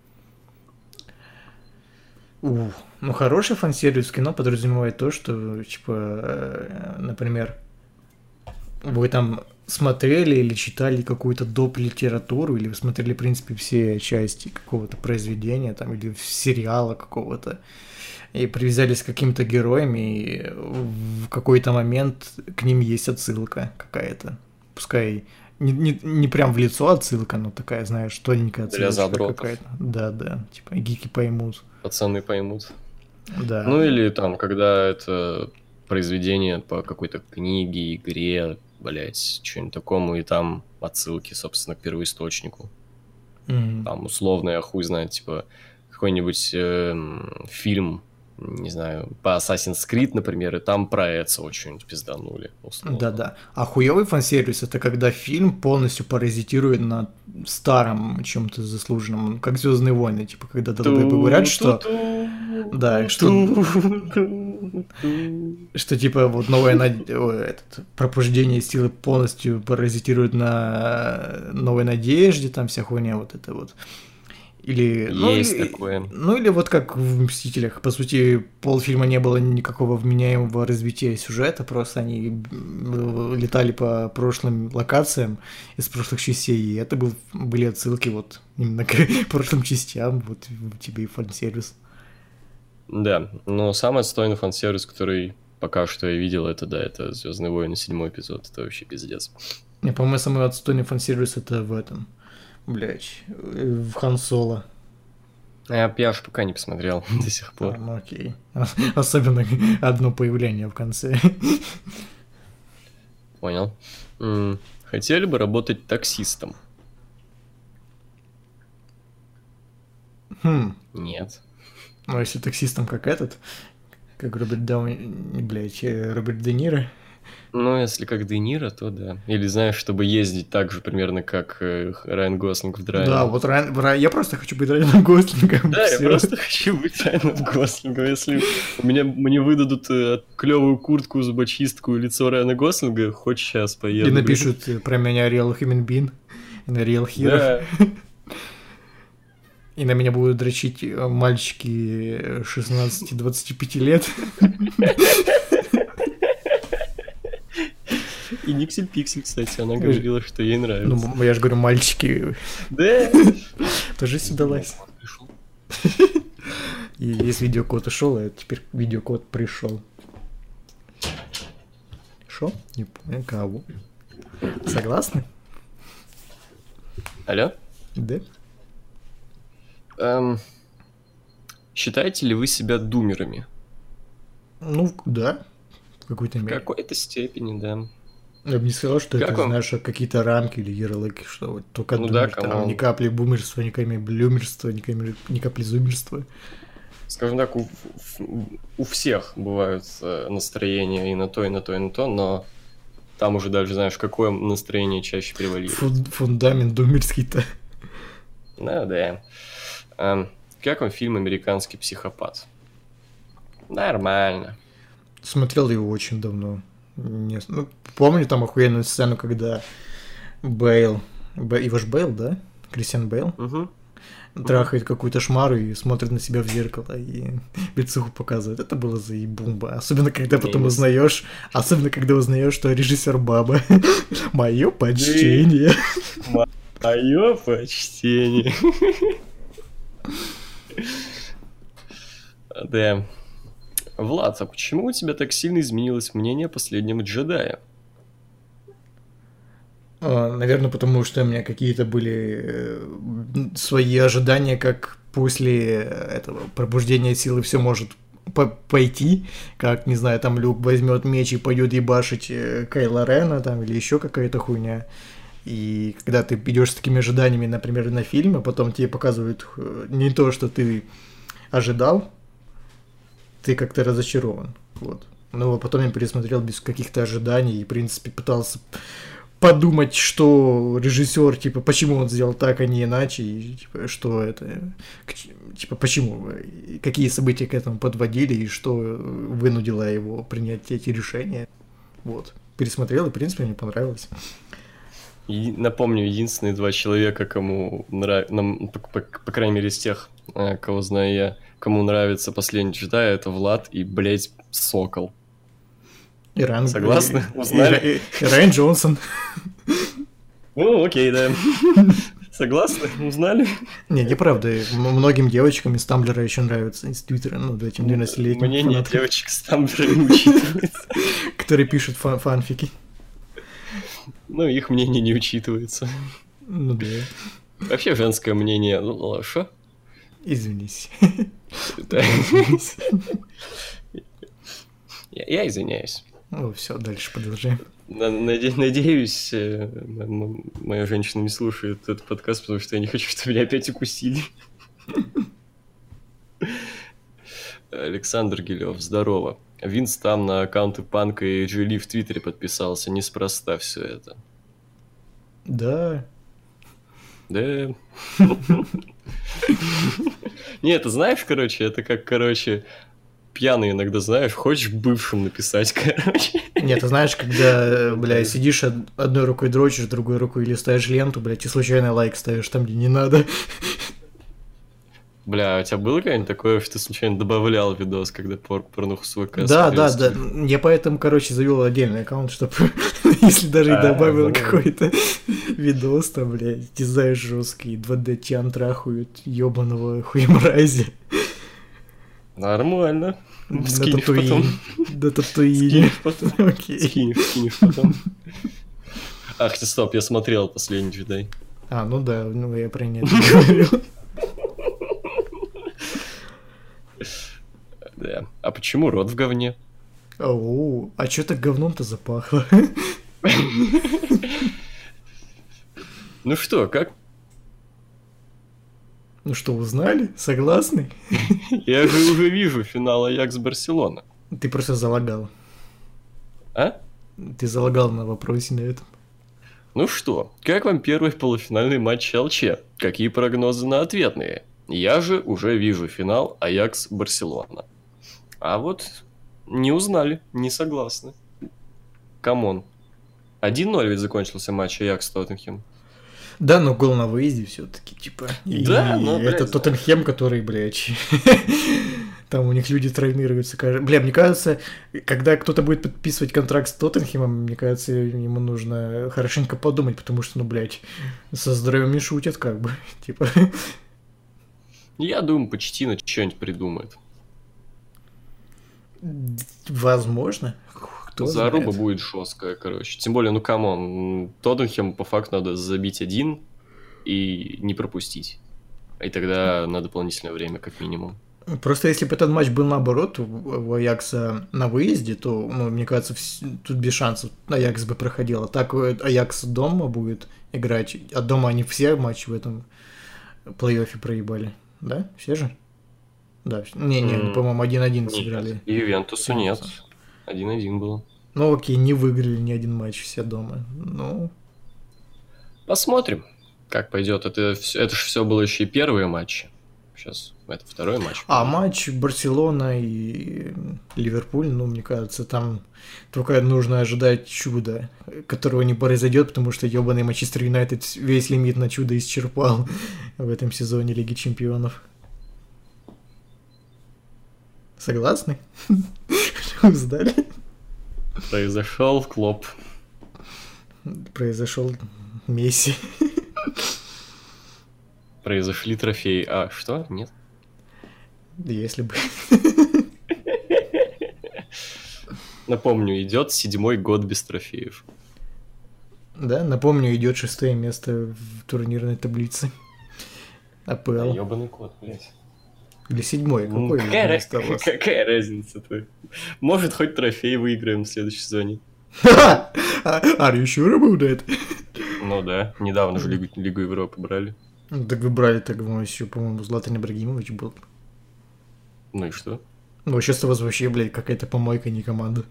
Ну, хороший фан-сервис в кино подразумевает то, что, типа, например, вы там смотрели или читали какую-то доп. Литературу, или вы смотрели, в принципе, все части какого-то произведения, там, или сериала какого-то, и привязались к каким-то героям, и в какой-то момент к ним есть отсылка какая-то. Пускай не прям в лицо отсылка, но такая, знаешь, тоненькая отсылка. Для задротов. Какая-то. Да, типа гики поймут. Пацаны поймут. Да. Ну или там, когда это произведение по какой-то книге, игре, блять, что-нибудь такому, и там отсылки, собственно, к первоисточнику. Там условно, я хуй знает, типа какой-нибудь фильм, не знаю, по Assassin's Creed, например, и там про Эцио что-нибудь пизданули. Условно. Да. А хуёвый фан-сервис — это когда фильм полностью паразитирует на старом чем-то заслуженном, как «Звездные войны», типа, когда говорят, что... Да, что типа вот пробуждение силы полностью паразитирует на Новой Надежде, там вся хуйня вот это вот. Или, есть такое. Ну или вот как в «Мстителях», по сути, полфильма не было никакого вменяемого развития сюжета, просто они летали по прошлым локациям из прошлых частей, и это были отсылки вот именно к прошлым частям, вот тебе и фан-сервис. Да, но самый отстойный фан-сервис, который пока что я видел, это «Звездные войны», 7-й эпизод, это вообще пиздец. Не, по-моему, самый отстойный фан-сервис это в этом, блять, в Хан Соло. Я аж пока не посмотрел до сих пор. Ну окей. Особенно одно появление в конце. Понял. Хотели бы работать таксистом? Нет. Ну, если таксистом как этот, как Роберт Де Ниро. Ну, если как Де Ниро, то да. Или, знаешь, чтобы ездить так же примерно, как Райан Гослинг в «Драйве». Да, вот я просто хочу быть Райаном Гослингом. Да, я просто хочу быть Райаном Гослингом. Если мне выдадут клевую куртку, зубочистку и лицо Райана Гослинга, хоть сейчас поеду. И напишут про меня Real Human Being, Real Hero. Да. И на меня будут дрочить мальчики 16-25 лет. И Никсель Пиксель, кстати, она говорила, что ей нравится. Ну, я же говорю, мальчики. Да. Тоже сюда лазь. И есть видеокод ушел, а теперь видеокод пришел. Шо? Не понял, кого? Согласны? Алло? Да. Считаете ли вы себя думерами? Ну, да. В какой-то мере. В какой-то степени, да. Я бы не сказал, что как это, знаешь, какие-то рамки или ярлыки, что вот только думаешь, там ни капли бумерства, ни капли блюмерства, ни капли зумерства. Скажем так, у всех бывают настроения и на то, и на то, и на то, но там уже даже знаешь, какое настроение чаще превалирует. Фундамент думерский-то. Ну да. как вам фильм «Американский психопат»? Нормально. Смотрел его очень давно. Ну, помню там охуенную сцену, когда Бейл, его ж Бейл, да? Кристиан Бейл? Угу. Трахает какую-то шмару и смотрит на себя в зеркало и лицуху показывает. Это было заебумба. Особенно, когда потом узнаешь, что режиссер баба. Мое почтение. Мое почтение. Да. Влад, а почему у тебя так сильно изменилось мнение о последнем джедае? Наверное, потому что у меня какие-то были свои ожидания, как после этого пробуждения силы все может пойти, как, не знаю, там Люк возьмет меч и пойдет ебашить Кайла Рена, там, или еще какая-то хуйня. И когда ты идешь с такими ожиданиями, например, на фильм, а потом тебе показывают не то, что ты ожидал, ты как-то разочарован. Вот. Но потом я пересмотрел без каких-то ожиданий и, в принципе, пытался подумать, что режиссер, типа, почему он сделал так, а не иначе, и, типа, что это, типа, почему, какие события к этому подводили, и что вынудило его принять эти решения. Вот. Пересмотрел, и, в принципе, мне понравилось. И напомню, единственные два человека, кому нравится, по крайней мере, из тех, кого знаю я, кому нравится «Последний джедай», это Влад и, блять, Сокол. Согласны? Узнали? И Райан Джонсон. Ну, окей, да. Согласны? Узнали? Не, неправда. Многим девочкам из Тамблера еще нравится, из Твиттера, ну, этим 12-летним мнение фанаткам. девочек с Тамблера не учитывается. Которые пишут фанфики. Ну, их мнение не учитывается. Ну да. Вообще женское мнение, ну, что? Извинись. Я извиняюсь. Ну, все, дальше продолжаем. Надеюсь, моя женщина не слушает этот подкаст, потому что я не хочу, чтобы меня опять укусили. Александр Гилев, здорово. Винс там на аккаунты Панка и Джоли в Твиттере подписался, неспроста все это. Да. Да. Не, ты знаешь, короче, это как, короче, пьяный иногда, знаешь, хочешь бывшим написать, короче. Нет, ты знаешь, когда, бля, сидишь одной рукой дрочишь, другой рукой листаешь ленту, блядь, и случайно лайк ставишь там, где не надо. Бля, у тебя было когда-нибудь такое, что ты случайно добавлял видос, когда порнуху с ВК Да. Я поэтому, короче, завел отдельный аккаунт, чтобы, если даже и добавил какой-то видос, там, блядь, дизайн жесткий, 2D тян трахают, ёбаного хуемрази. Нормально. Скинешь потом. Да татуине. Скинешь потом. Ах ты, стоп, я смотрел «Последний джедай». А, ну да, ну я про это говорил. Да. А почему рот в говне? Оу, а чё так говном-то запахло? Ну что, как? Ну что, узнали? Согласны? Я же уже вижу финал Аякс-Барселона. Ты просто залагал. А? Ты залагал на вопросе на этом. Ну что, как вам первый полуфинальный матч ЛЧ? Какие прогнозы на ответные? Я же уже вижу финал Аякс-Барселона. А вот не узнали, не согласны. Камон. 1-0 ведь закончился матч Аякс-Тоттенхэм. Да, но гол на выезде все-таки, типа. Да, но, блядь, это Тоттенхэм, который, блядь, там у них люди травмируются. Бля, мне кажется, когда кто-то будет подписывать контракт с Тоттенхэмом, мне кажется, ему нужно хорошенько подумать, потому что, ну, блядь, со здоровьем не шутят, как бы, типа. Я думаю, Почтино что-нибудь придумает. Возможно. Кто Заруба знает. будет жесткая, короче. Тем более, ну камон, Тоттенхэм по факту надо забить один и не пропустить. И тогда на дополнительное время, как минимум. Просто если бы этот матч был наоборот у Аякса на выезде, то, ну, мне кажется, тут без шансов Аякс бы проходил. А так Аякс дома будет играть, а дома они все матчи в этом плей-оффе проебали. Да? Все же? Да. Не, по-моему, 1-1 сыграли. И Ювентусу нет. 1-1 было. Ну окей, не выиграли ни один матч все дома. Ну. Посмотрим, как пойдет. Это же все было еще и первые матчи. Сейчас это второй матч. Матч Барселона и Ливерпуль, ну, мне кажется, там только нужно ожидать чуда, которого не произойдет, потому что ебаный Манчестер Юнайтед весь лимит на чудо исчерпал в этом сезоне Лиги Чемпионов. Согласны? Сдали? Произошел Клоп. Произошел Месси. Произошли трофеи. А что? Нет? Если бы. Напомню, идет 7-й год без трофеев. Да, напомню, идет 6-е место в турнирной таблице АПЛ. Ёбаный кот, блядь. Или 7-й, какой место у вас? Какая разница-то? Может, хоть трофей выиграем в следующем сезоне. Are you sure about that? Ну да, недавно же Лигу Европы брали. Ну, так вы брали, так еще, по-моему, Златан Ибрагимович был. Ну и что? Ну, сейчас у вас вообще, блядь, какая-то помойка, не команда.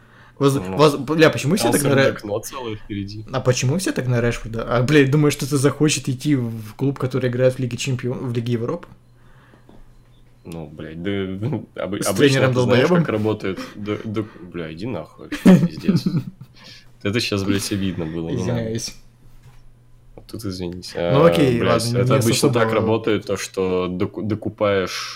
Бля, почему все так на впереди. А почему все так на Решфорда? А, блядь, думаешь, что ты захочет идти в клуб, который играет в Лиге Чемпионов, в Лиге Европы? Ну, блядь, да с тренером знаешь, долбоебом? как работает. Бля, иди нахуй, пиздец. Это сейчас, блядь, обидно было, не надо. Извиняюсь. Тут извините. Ну окей, блядь, ладно. это обычно особо... так работает, то что докупаешь,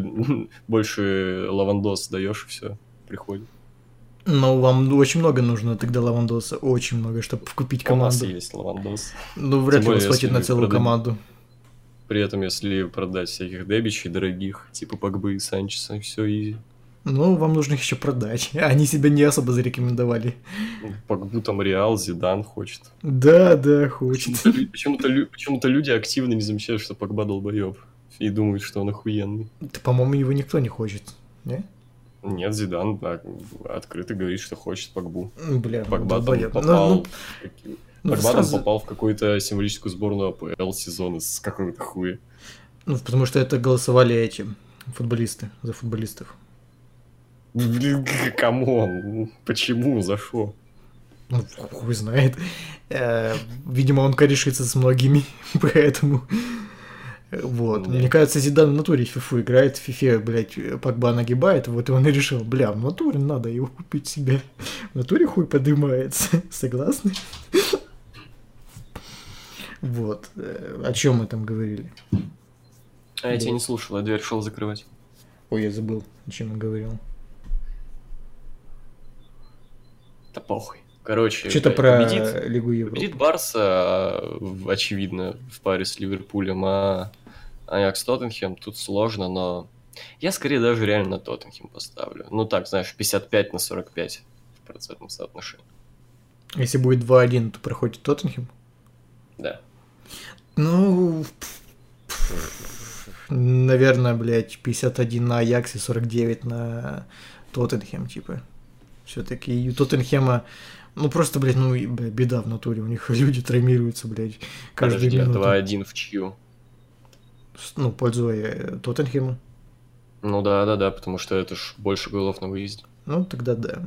больше лавандос даешь, и все, приходит. Ну, вам очень много нужно тогда лавандоса, очень много, чтобы купить команду. У нас есть лавандос. Ну, вряд ли у вас более, хватит на целую команду. При этом, если продать всяких дебичей дорогих, типа Погбы и Санчеса, все изи. Ну, вам нужно их еще продать. Они себя не особо зарекомендовали. Погбу там Реал, Зидан хочет. Да, хочет. Почему-то люди активно не замечают, что Погба долбоеб. И думают, что он охуенный. Да, по-моему, его никто не хочет, не? Нет, Зидан открыто говорит, что хочет Погбу. Бля, Погба долбоеб. Погба там попал в какую-то символическую сборную АПЛ сезона с какого-то хуя. Ну, потому что это голосовали эти футболисты за футболистов. Блин, камон, почему, за что? Ну, хуй знает. Видимо, он корешится с многими, поэтому... Вот. Да. Мне кажется, Зидан в натуре в фифу играет, в фифе, блядь, Погба нагибает, вот и он и решил, бля, в натуре надо его купить себе. В натуре хуй поднимается. Согласны? Вот. О чем мы там говорили? А я тебя не слушал, я дверь шел закрывать. Ой, я забыл, о чем я говорил. Да похуй. Короче, Что-то про Лигу Европы. Победит Барса, очевидно, в паре с Ливерпулем, а Аякс Тоттенхэм тут сложно, но я скорее даже реально на Тоттенхэм поставлю. Ну так, знаешь, 55/45 в процентном соотношении. Если будет 2-1, то проходит Тоттенхэм? Да. Ну, наверное, блядь, 51 на Аяксе, 49 на Тоттенхэм, типа. Все-таки у Тоттенхэма, ну просто, блядь, беда в натуре, у них люди травмируются, блядь, каждую минуту. 2-1 в чью? Ну, пользуя Тоттенхэма. Ну да, потому что это ж больше голов на выезде. Ну, тогда да.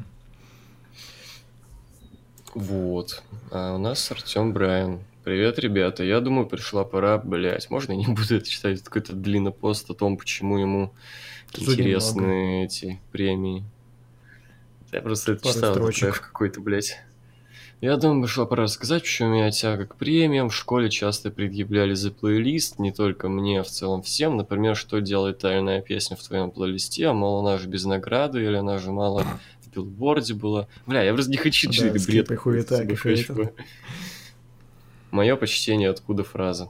Вот. А у нас Артём Брайан. Привет, ребята. Я думаю, пришла пора, блять. Можно я не буду это читать? Это какой-то длинный пост о том, почему ему интересны эти премии. Я просто это читал в какой-то, блядь. Я думаю, пришла пора рассказать, почему у меня тяга к премиям. В школе часто предъявляли за плейлист, не только мне, а в целом всем. Например, что делает тайная песня в твоем плейлисте, мол, она же без награды, или она же мало в билборде была. Бля, я просто не хочу читать бред. Мое почтение, откуда фраза.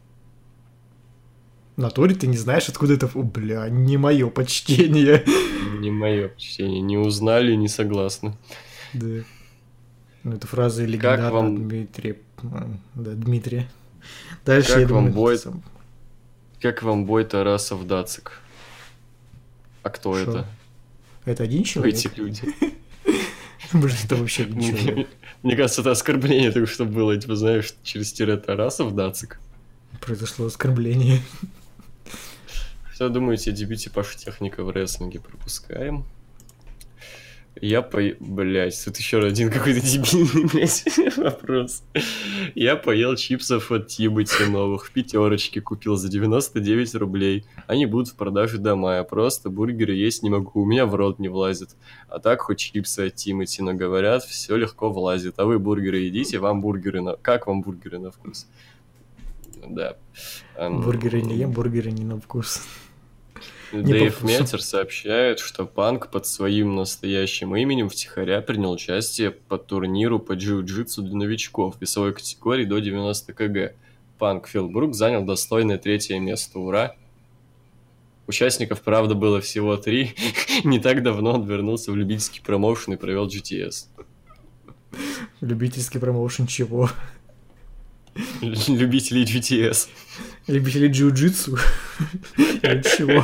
В натуре ты не знаешь, откуда это... О, бля, не мое почтение. Не мое почтение. Не узнали, не согласны. Да. Ну, это фраза легендарная Дмитрия. Да, Дмитрия. Дальше как я вам думаю... бой... Как вам бой Тарасов Дацик? А кто Шо? это? Это один человек? Эти люди. Может, это вообще ничего. Мне кажется, это оскорбление только что было, типа, знаешь, через тире Тарасов Дацик. Произошло оскорбление. Что думаете о дебюте Паши Техника в рестлинге? Пропускаем. Блядь, тут еще один какой-то дебильный, блядь, вопрос. Я поел чипсов от Тимати новых в пятерочке, купил за 99 рублей. Они будут в продаже до мая, просто бургеры есть не могу, у меня в рот не влазит. А так хоть чипсы от Тимати, но говорят, все легко влазит. А вы бургеры едите, Как вам бургеры на вкус? Да. Бургеры не ем, бургеры не на вкус. Дэйв Мельцер сообщает, что Панк под своим настоящим именем втихаря принял участие по турниру по джиу-джитсу для новичков в весовой категории до 90 кг. Панк Фил Брук занял достойное 3-е место. Ура! Участников, правда, было всего 3. Не так давно он вернулся в любительский промоушен и провел GTS. Любительский промоушен чего? Любителей GTS. Любители джиу-джитсу? Чего?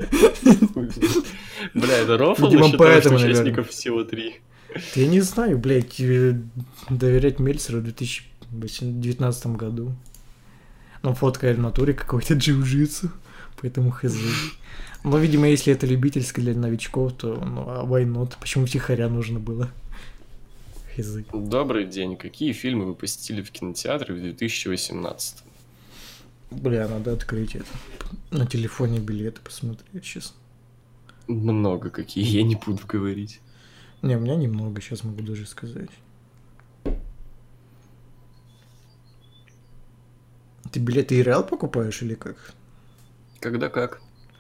Бля, это рофл Видимо, насчет того, что поэтому, участников наверное. всего 3. Я не знаю, блядь, доверять Мельцеру в 2019 году. Ну, фотка в натуре какой-то джиу-джитсу, поэтому хз. Но, видимо, если это любительское для новичков, то, why not? Почему втихаря нужно было? Хз. Добрый день. Какие фильмы вы посетили в кинотеатре в 2018? Бля, надо открыть это. На телефоне билеты посмотреть сейчас. Много какие, я не буду говорить. Не, у меня немного, сейчас могу даже сказать. Ты билеты ИРЛ покупаешь или как? Когда как?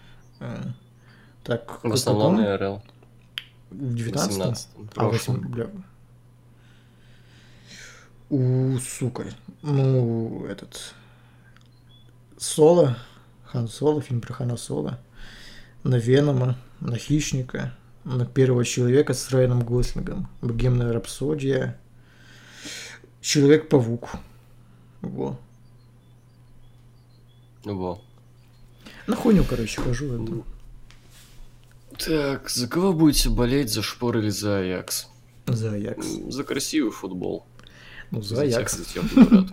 Так, В основном на РЛ. В 19-м? 18-м. А, 8, бля. Сука. Ну, этот... Соло. Хан Соло, фильм про Хана Соло. На Венома, на Хищника, на Первого Человека с Райаном Гослингом. Богемная рапсодия. Человек-паук. Во. Во. На хуйню, короче, хожу. Это. Так, за кого будете болеть, за Шпор или за Аякс? За Аякс. За красивый футбол. Ну, за Аякс. За тех, брат.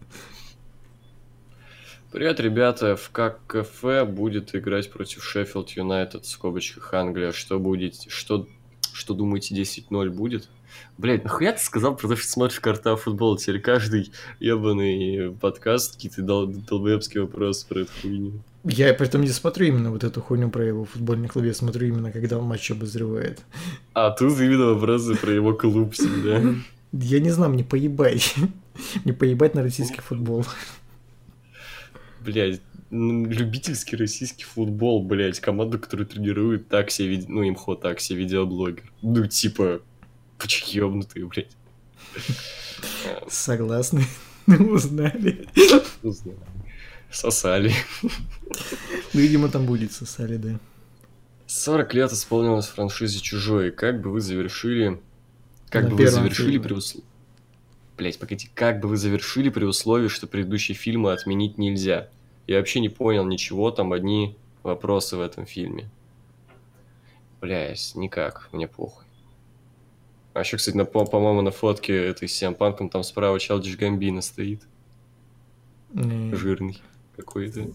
Привет, ребята. В ККФ будет играть против Шеффилд Юнайтед, в скобочках Англия. Что думаете, 10-0 будет? Блять, нахуя ты сказал про то, что смотришь карта футбола? Теперь каждый ебаный подкаст какие-то долбоебские вопросы про эту хуйню. Я при этом не смотрю именно вот эту хуйню про его футбольный клуб, я смотрю именно, когда он матч обозревает. А тут именно вопросы про его клуб всегда. Я не знаю, мне поебать. Мне поебать на российский футбол. Блядь, любительский российский футбол, блядь, команду, которую тренирует такси, ну, имхо такси, видеоблогер. Ну, типа, почки ёбнутые, блядь. Согласны. Узнали. Узнали. Сосали. Ну, видимо, там будет сосали, да. 40 лет исполнилось франшизе «Чужой». Как бы вы завершили... Как На бы вы первом завершили фильме. при условии... Блять, погоди, как бы вы завершили при условии, что предыдущие фильмы отменить нельзя? Я вообще не понял ничего, там одни вопросы в этом фильме. Блять, никак, мне похуй. А еще, кстати, по-моему, на фотке этой с CM Punk'ом там справа Чалдиш Гамбино стоит. Не. Жирный какой-то.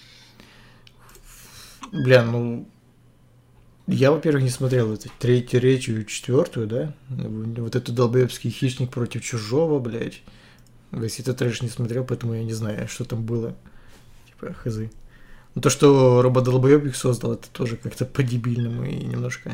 Бля, ну... Я, во-первых, не смотрел эту третью и четвертую, да? Вот эту долбоебский хищник против чужого, блядь. Весь этот трэш не смотрел, поэтому я не знаю, что там было. Типа, хз. Ну, то, что рободолбоеб их создал, это тоже как-то по-дебильному и немножко...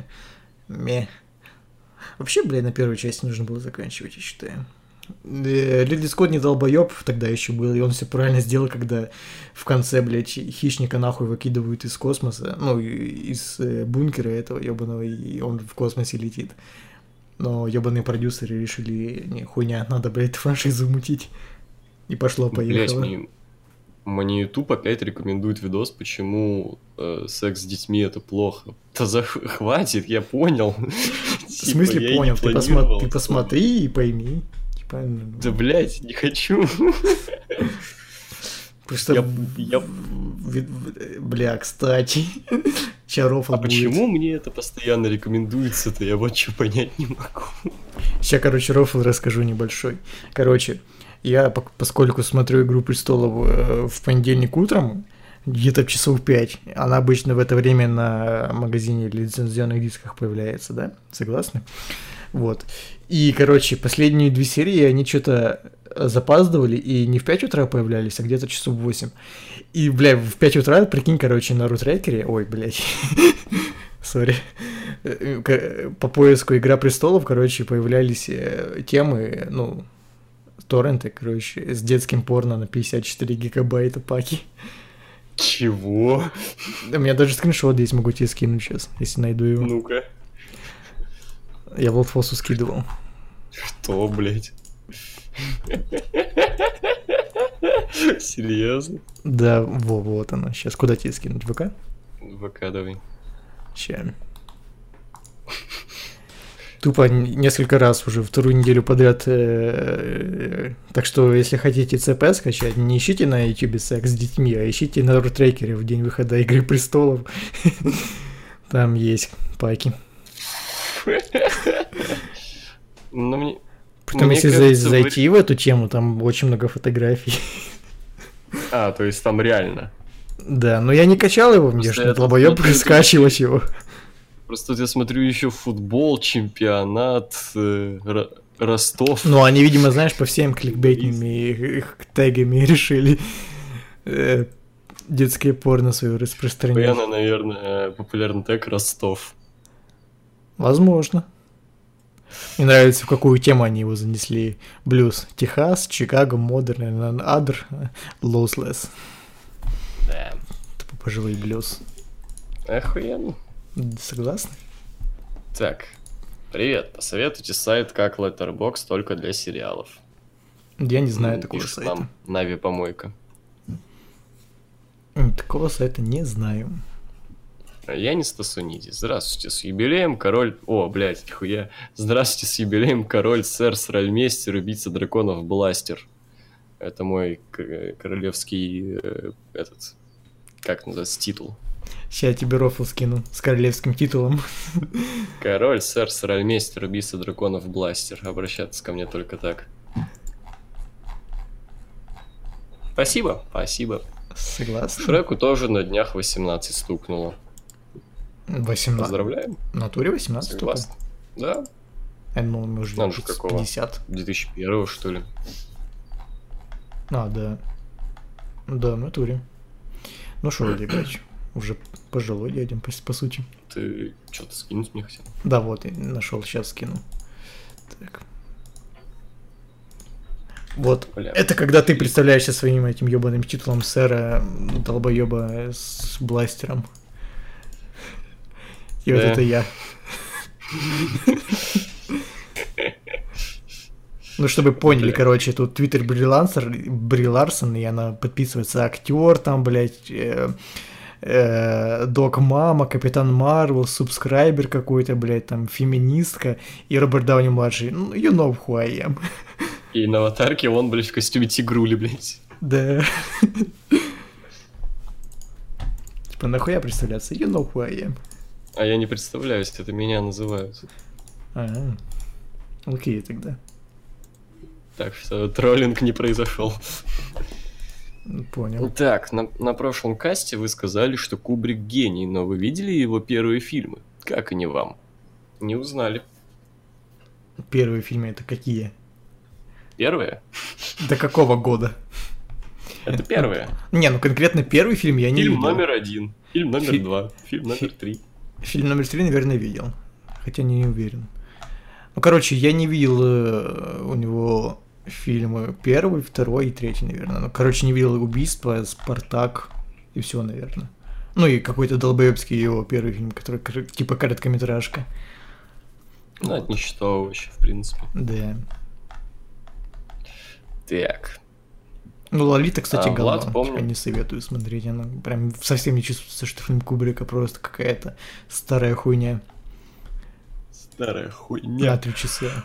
Вообще, блядь, на первой части нужно было заканчивать, я считаю. Ридли Скотт не долбоеб тогда еще был, и он все правильно сделал, когда в конце, блядь, хищника нахуй выкидывают из космоса, ну, из бункера этого ебаного, и он в космосе летит. Но ебаные продюсеры решили, не, хуйня, надо, блядь, франшизу мутить. И пошло-поехало. Блять, мне YouTube опять рекомендует видос, почему секс с детьми это плохо. Да хватит, я понял. В смысле понял? Ты посмотри и пойми. Да, блядь, не хочу. Просто... Бля, кстати. Чаров А почему мне это постоянно рекомендуется-то? Я вот что понять не могу. Сейчас, короче, рофл расскажу небольшой. Короче, я, поскольку смотрю «Игру престолов» в понедельник утром, Где-то часов 5. Она обычно в это время на магазине лицензионных дисках появляется, да? Согласны? Вот. И, короче, последние 2 серии они что-то запаздывали и не в 5 утра появлялись, а где-то часов 8. И, бля, в 5 утра, прикинь, короче, на рутрекере, ой, блядь, сори, по поиску «Игра престолов», короче, появлялись темы, ну, торренты, короче, с детским порно на 54 гигабайта паки. Чего? У меня даже скриншот здесь могу тебе скинуть сейчас, если найду его. Ну-ка. Я в Лотфосу скидывал. Что, блядь? Серьезно? Да, вот оно. Сейчас куда тебе скинуть? ВК? ВК давай. Ща. Тупо несколько раз уже, 2 неделю подряд. Так что, если хотите ЦП скачать, не ищите на YouTube секс с детьми, а ищите на рутрекере в день выхода «Игры престолов». Там есть паки. Ну, мне... Притом, Мне если кажется, зайти в эту тему, там очень много фотографий. А, то есть там реально. Да, но я не качал его, мне Просто же я долбоёб тут скачивать его. Просто вот я смотрю еще футбол, чемпионат, Ростов. Ну, они, видимо, знаешь, по всем кликбейтным их тегами решили детское порно свое распространять. Постоянно, наверное, популярный тег Ростов. Возможно. Мне нравится, в какую тему они его занесли. Блюз. Техас, Чикаго, Модерн, Adder, Lossless. Да. Тупо пожилой блюз. Охуенно. Согласны? Так, привет. Посоветуйте сайт как Letterboxd только для сериалов. Я не знаю такого Пишет сайта. нам Нави Помойка. Такого сайта не знаю. Я не Стасуниди. Здравствуйте, с юбилеем король... О, блядь, нихуя. Здравствуйте, с юбилеем король, сэр, сральмейстер, убийца драконов, бластер. Это мой королевский... этот... Как называется? Титул. Сейчас я тебе рофл скину с королевским титулом. Король, сэр, сральмейстер, убийца драконов, бластер. Обращаться ко мне только так. Спасибо, спасибо. Согласен. Шреку тоже на днях 18 стукнуло. 18. Поздравляем. В натуре 18 только? Согласен. Да. Я думал, мы уже Надо же какого? 50. 2001 что ли? А, да. Да, в натуре. Ну шо, ребят, уже пожилой дядям, по сути. Ты что-то скинуть мне хотел? Да, вот, я нашел, сейчас скину. Так. Вот, Бля. это когда ты представляешься своим этим ебаным титулом сэра долбоеба с бластером. И вот Да. это я. Ну, чтобы поняли, короче, тут твиттер Бри Ларсон, и она подписывается актер там, блядь, Док Мама, Капитан Марвел, субскрайбер какой-то, блядь, там, феминистка и Роберт Дауни младший. Ну, you know who I am. И на аватарке он, блядь, в костюме тигрули, блядь. Да. Типа, нахуя представляться? You know who I am. А я не представляюсь, это меня называют. Окей, тогда. Так что троллинг не произошел. Понял. Так, на прошлом касте вы сказали, что Кубрик гений, но вы видели его первые фильмы? Как они вам? Не узнали. Первые фильмы это какие? Первые? До какого года? Это первые. Не, ну конкретно первый фильм я не Фильм видел. номер 1, фильм номер 2, фильм номер 3. Фильм номер 3, наверное, видел. Хотя не уверен. Ну, короче, я не видел у него фильмы первый, второй и третий, наверное. Ну, короче, не видел «Убийство», «Спартак» и все, наверное. Ну, и какой-то долбоебский его первый фильм, который типа короткометражка. Ну, это не считал вообще, в принципе. Да. Так. Ну, «Лолита», кстати, Влад, говно. помню. Типа, не советую смотреть. Она прям совсем не чувствуется, что фильм Кубрика просто какая-то старая хуйня. Старая хуйня. На 3 часа.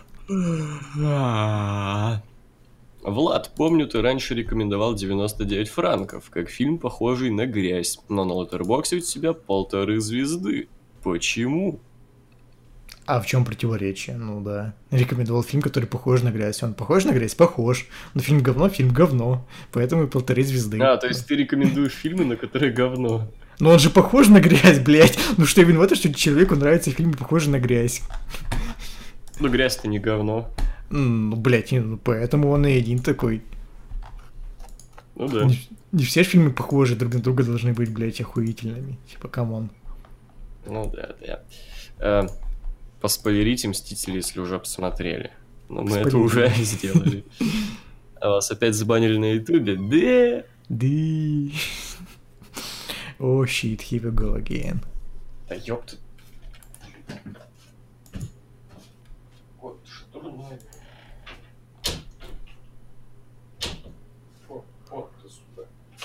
Влад, помню, ты раньше рекомендовал 99 франков, как фильм, похожий на грязь, но на Letterboxd у тебя 1,5 звезды. Почему? А в чем противоречие? Ну да. Рекомендовал фильм, который похож на грязь. Он похож на грязь? Похож. Но фильм говно. Поэтому и 1,5 звезды. А, то есть ты рекомендуешь фильмы, на которые говно. Но он же похож на грязь, блядь. Ну что, я виноват, что человеку нравятся фильмы, похожие на грязь. Ну, грязь-то не говно. Ну, блядь, ну, поэтому он и один такой. Ну да. Не все фильмы похожи друг на друга должны быть, блядь, охуительными. Типа, камон. Ну да. Поспойлерите «Мстители», если уже посмотрели. Но мы это уже сделали. А вас опять забанили на Ютубе? Да! Да. О, shit, here we go again. Да ёпта. Вот, штурмовик. Вот ты сюда.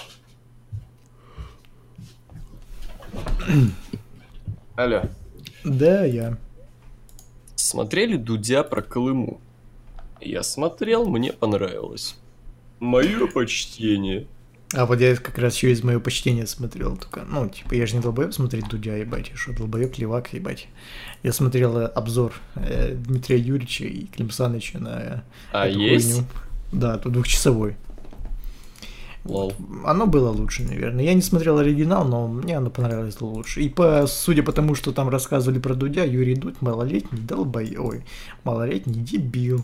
Алло. Да, я. Смотрели Дудя про Колыму? Я смотрел, мне понравилось. Мое почтение. А вот я как раз еще из моего почтения смотрел только. Ну, типа, я же не долбоеб смотреть Дудя, ебать. Что, долбоеб, левак, ебать. Я смотрел обзор Дмитрия Юрьевича и Клим Саныча на эту есть? хуйню. Да, тут 2-часовой. Лол. Оно было лучше, наверное. Я не смотрел оригинал, но мне оно понравилось лучше. И судя по тому, что там рассказывали про Дудя, Юрий Дудь малолетний малолетний дебил.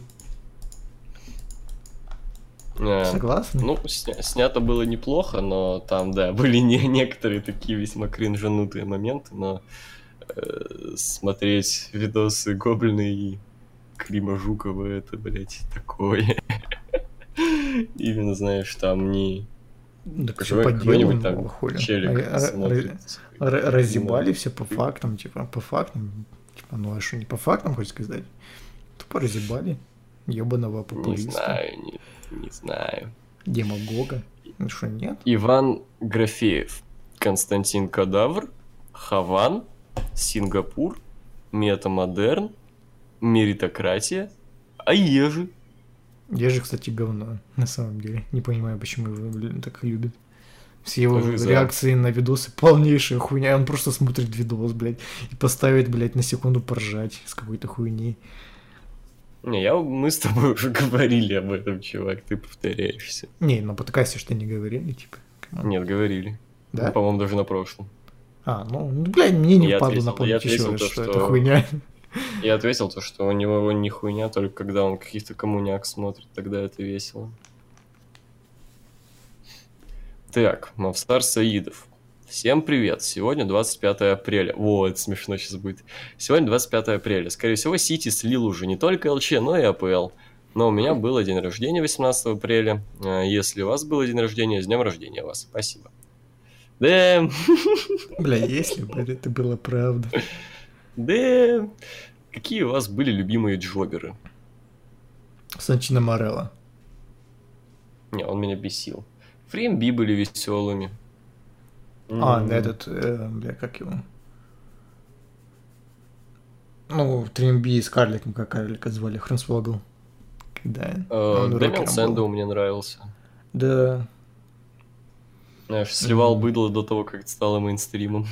Согласны? Ну, снято было неплохо, но там, да, были некоторые такие весьма кринжанутые моменты, но смотреть видосы Гоблина и Клима Жукова, это, блядь, такое. Именно, знаешь, там не... Так все по делу, там хули. челик смотрит. Разъебали все по фактам, типа, по фактам. Типа, ну а что, не по фактам, хочешь сказать? Тупо разъебали. Ёбаного популиста. Не знаю. Демагога. Ну что, нет? Иван Графеев, Константин Кадавр, Хаван, Сингапур, Метамодерн, Меритократия, Аежи. Ежи, кстати, говно, на самом деле. Не понимаю, почему его, блин, так любят. Все его Тоже реакции на видосы полнейшая хуйня. Он просто смотрит видос, блядь, и поставит, блядь, на секунду поржать с какой-то хуйней. Не, мы с тобой уже говорили об этом, чувак, ты повторяешься. Не, на подкасте что не говорили, типа. Нет, говорили. Да? Ну, по-моему, даже на прошлом. Ну, блядь, мне не впадло я напомнить еще раз, ответил что это хуйня. Я ответил то, что у него не хуйня, только когда он каких-то коммуняк смотрит, тогда это весело. Так, Мавстар Саидов. Всем привет. Сегодня 25 апреля. Во, это смешно сейчас будет. Сегодня 25 апреля. Скорее всего, Сити слил уже не только ЛЧ, но и АПЛ. Но у меня было день рождения 18 апреля. Если у вас было день рождения, с днем рождения вас. Спасибо. Да. Бля, если бы это было правда. Да. Какие у вас были любимые джоберы? Санчино Морелло. Не, он меня бесил. Фреймби были веселыми. Этот, бля, как его? Ну, Тримби с карликом, как карлика звали, Хренсвогл. Когда Дэмиан Сэндоу мне нравился. Да. Знаешь, сливал быдло до того, как это стало мейнстримом.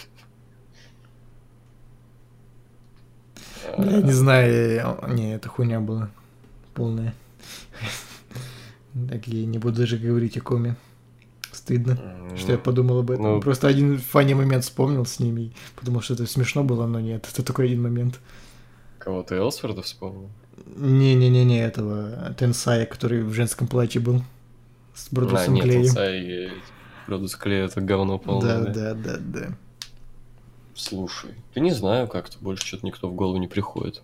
Бля, не знаю, не, это хуйня была полная. Так я не буду даже говорить о коме. Стыдно, что я подумал об этом. Просто один фанни момент вспомнил с ними, потому что это смешно было, но нет, это только один момент. Кого-то Элсворда вспомнил? Не-не-не, этого Тенсая, который в женском платье был. С Бродусом Клеем. Тенсай, Бродус Клей, это говно полное. Да. Слушай, ты не знаю, как-то больше что-то никто в голову не приходит.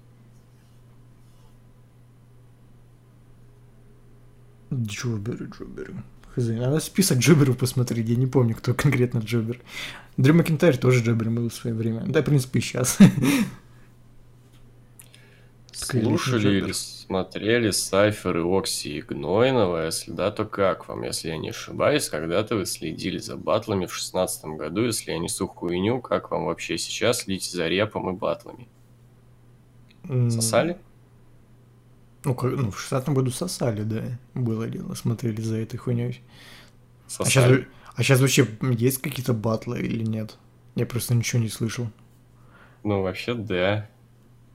Джоберы. Хз, надо список джоберов посмотреть, я не помню, кто конкретно джобер. Дрю Макинтайр тоже джобер был в свое время. Да, в принципе, и сейчас. Слушали или смотрели Сайфер и Окси и Гнойного? Если да, то как вам? Если я не ошибаюсь, когда-то вы следили за батлами в 2016 году. Если я несу хуйню, как вам вообще сейчас следите за репом и батлами? Сосали? Ну, в 16-м году сосали, да. Было дело, смотрели за этой хуйней. А сейчас вообще есть какие-то батлы или нет? Я просто ничего не слышал. Ну, вообще, да.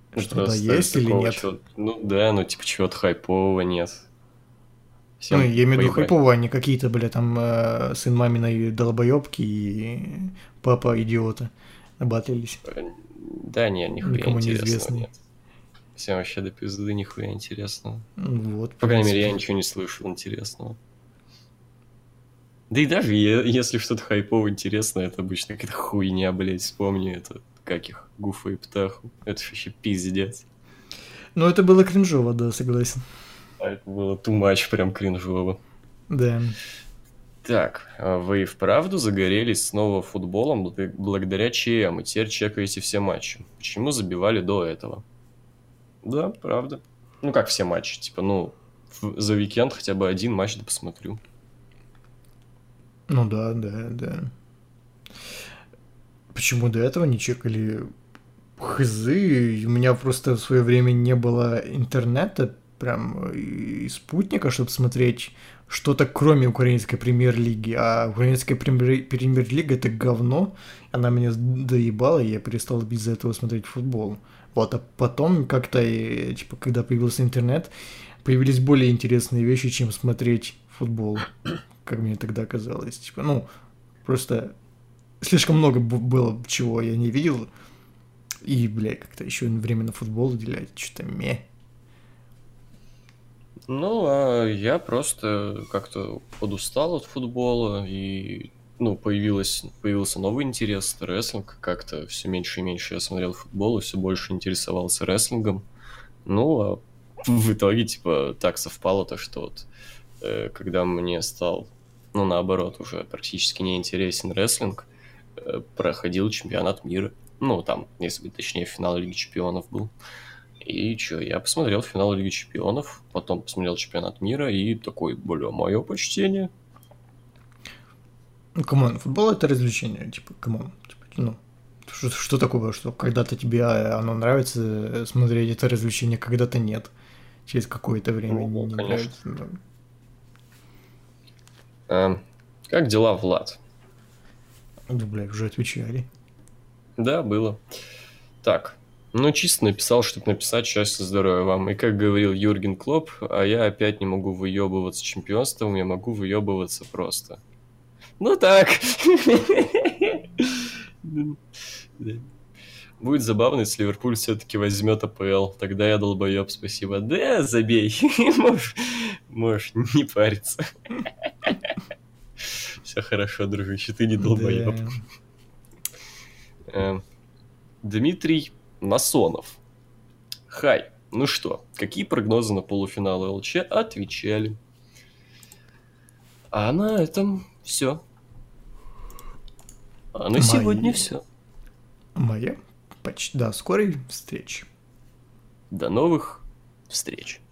Ну, Что-то просто есть или такого нет? чего-то... Ну да, ну типа чего-то хайпового нет. Ну, Всем я имею в виду поебать. хайповые, а не какие-то, бля, там сын маминой долбоебки и папа идиота батлились. Да не, нихуя Никому интересного неизвестный. нет. Всем вообще до пизды нихуя интересного. Вот, в По крайней мере, я принципе. ничего не слышал интересного. Да и даже если что-то хайпово интересное, это обычно какая-то хуйня, блядь, вспомни это. Как их, Гуфа и Птаху. Это ж вообще пиздец. Ну, это было кринжово, да, согласен. А это было too much, прям кринжово. Да. Так, а вы и вправду загорелись снова футболом благодаря ЧМ, и теперь чекаете все матчи. Почему забивали до этого? Да, правда. Ну, как все матчи? Типа, ну, за уикенд хотя бы один матч да посмотрю. Ну да, да, да. Почему до этого не чекали? Хз, у меня просто в свое время не было интернета, прям и спутника, чтобы смотреть что-то кроме украинской премьер-лиги. А украинская премьер-лига это говно. Она меня доебала, и я перестал из-за этого смотреть футбол. Вот, а потом как-то, типа, когда появился интернет, появились более интересные вещи, чем смотреть футбол, как мне тогда казалось. Типа, ну, просто слишком много было чего я не видел. И, блядь, как-то еще время на футбол уделять, что-то ме. Ну, а я просто как-то подустал от футбола, и, ну, появился новый интерес, рестлинг. Как-то все меньше и меньше я смотрел футбол, и все больше интересовался рестлингом. Ну, а в итоге, типа, так совпало то, что вот, когда мне стал, ну, наоборот, уже практически не интересен рестлинг, проходил чемпионат мира. Ну, там, если быть точнее, финал Лиги Чемпионов был. И что, я посмотрел финал Лиги Чемпионов, потом посмотрел чемпионат мира, и такой, бля, мое почтение. Ну, камон, футбол это развлечение, типа, камон. Типа, ну, что такого, что когда-то тебе оно нравится смотреть это развлечение, когда-то нет. Через какое-то время Ну, не конечно. нравится. Да. Как дела, Влад? Да, блядь, уже отвечали. Да, было. Так, ну, чисто написал, чтобы написать «Счастья, здоровья вам». И как говорил Юрген Клопп, а я опять не могу выебываться чемпионством, я могу выебываться просто. Ну так. Будет забавно, если Ливерпуль все-таки возьмет АПЛ. Тогда я долбоеб, спасибо. Да, забей. Можешь не париться. Все хорошо, дружище, ты не долбоеб. Да. Дмитрий Насонов. Хай, ну что, какие прогнозы на полуфиналы ЛЧ? Отвечали. А на этом все. А на сегодня все. Моя почти. Да, скорой встречи. До новых встреч.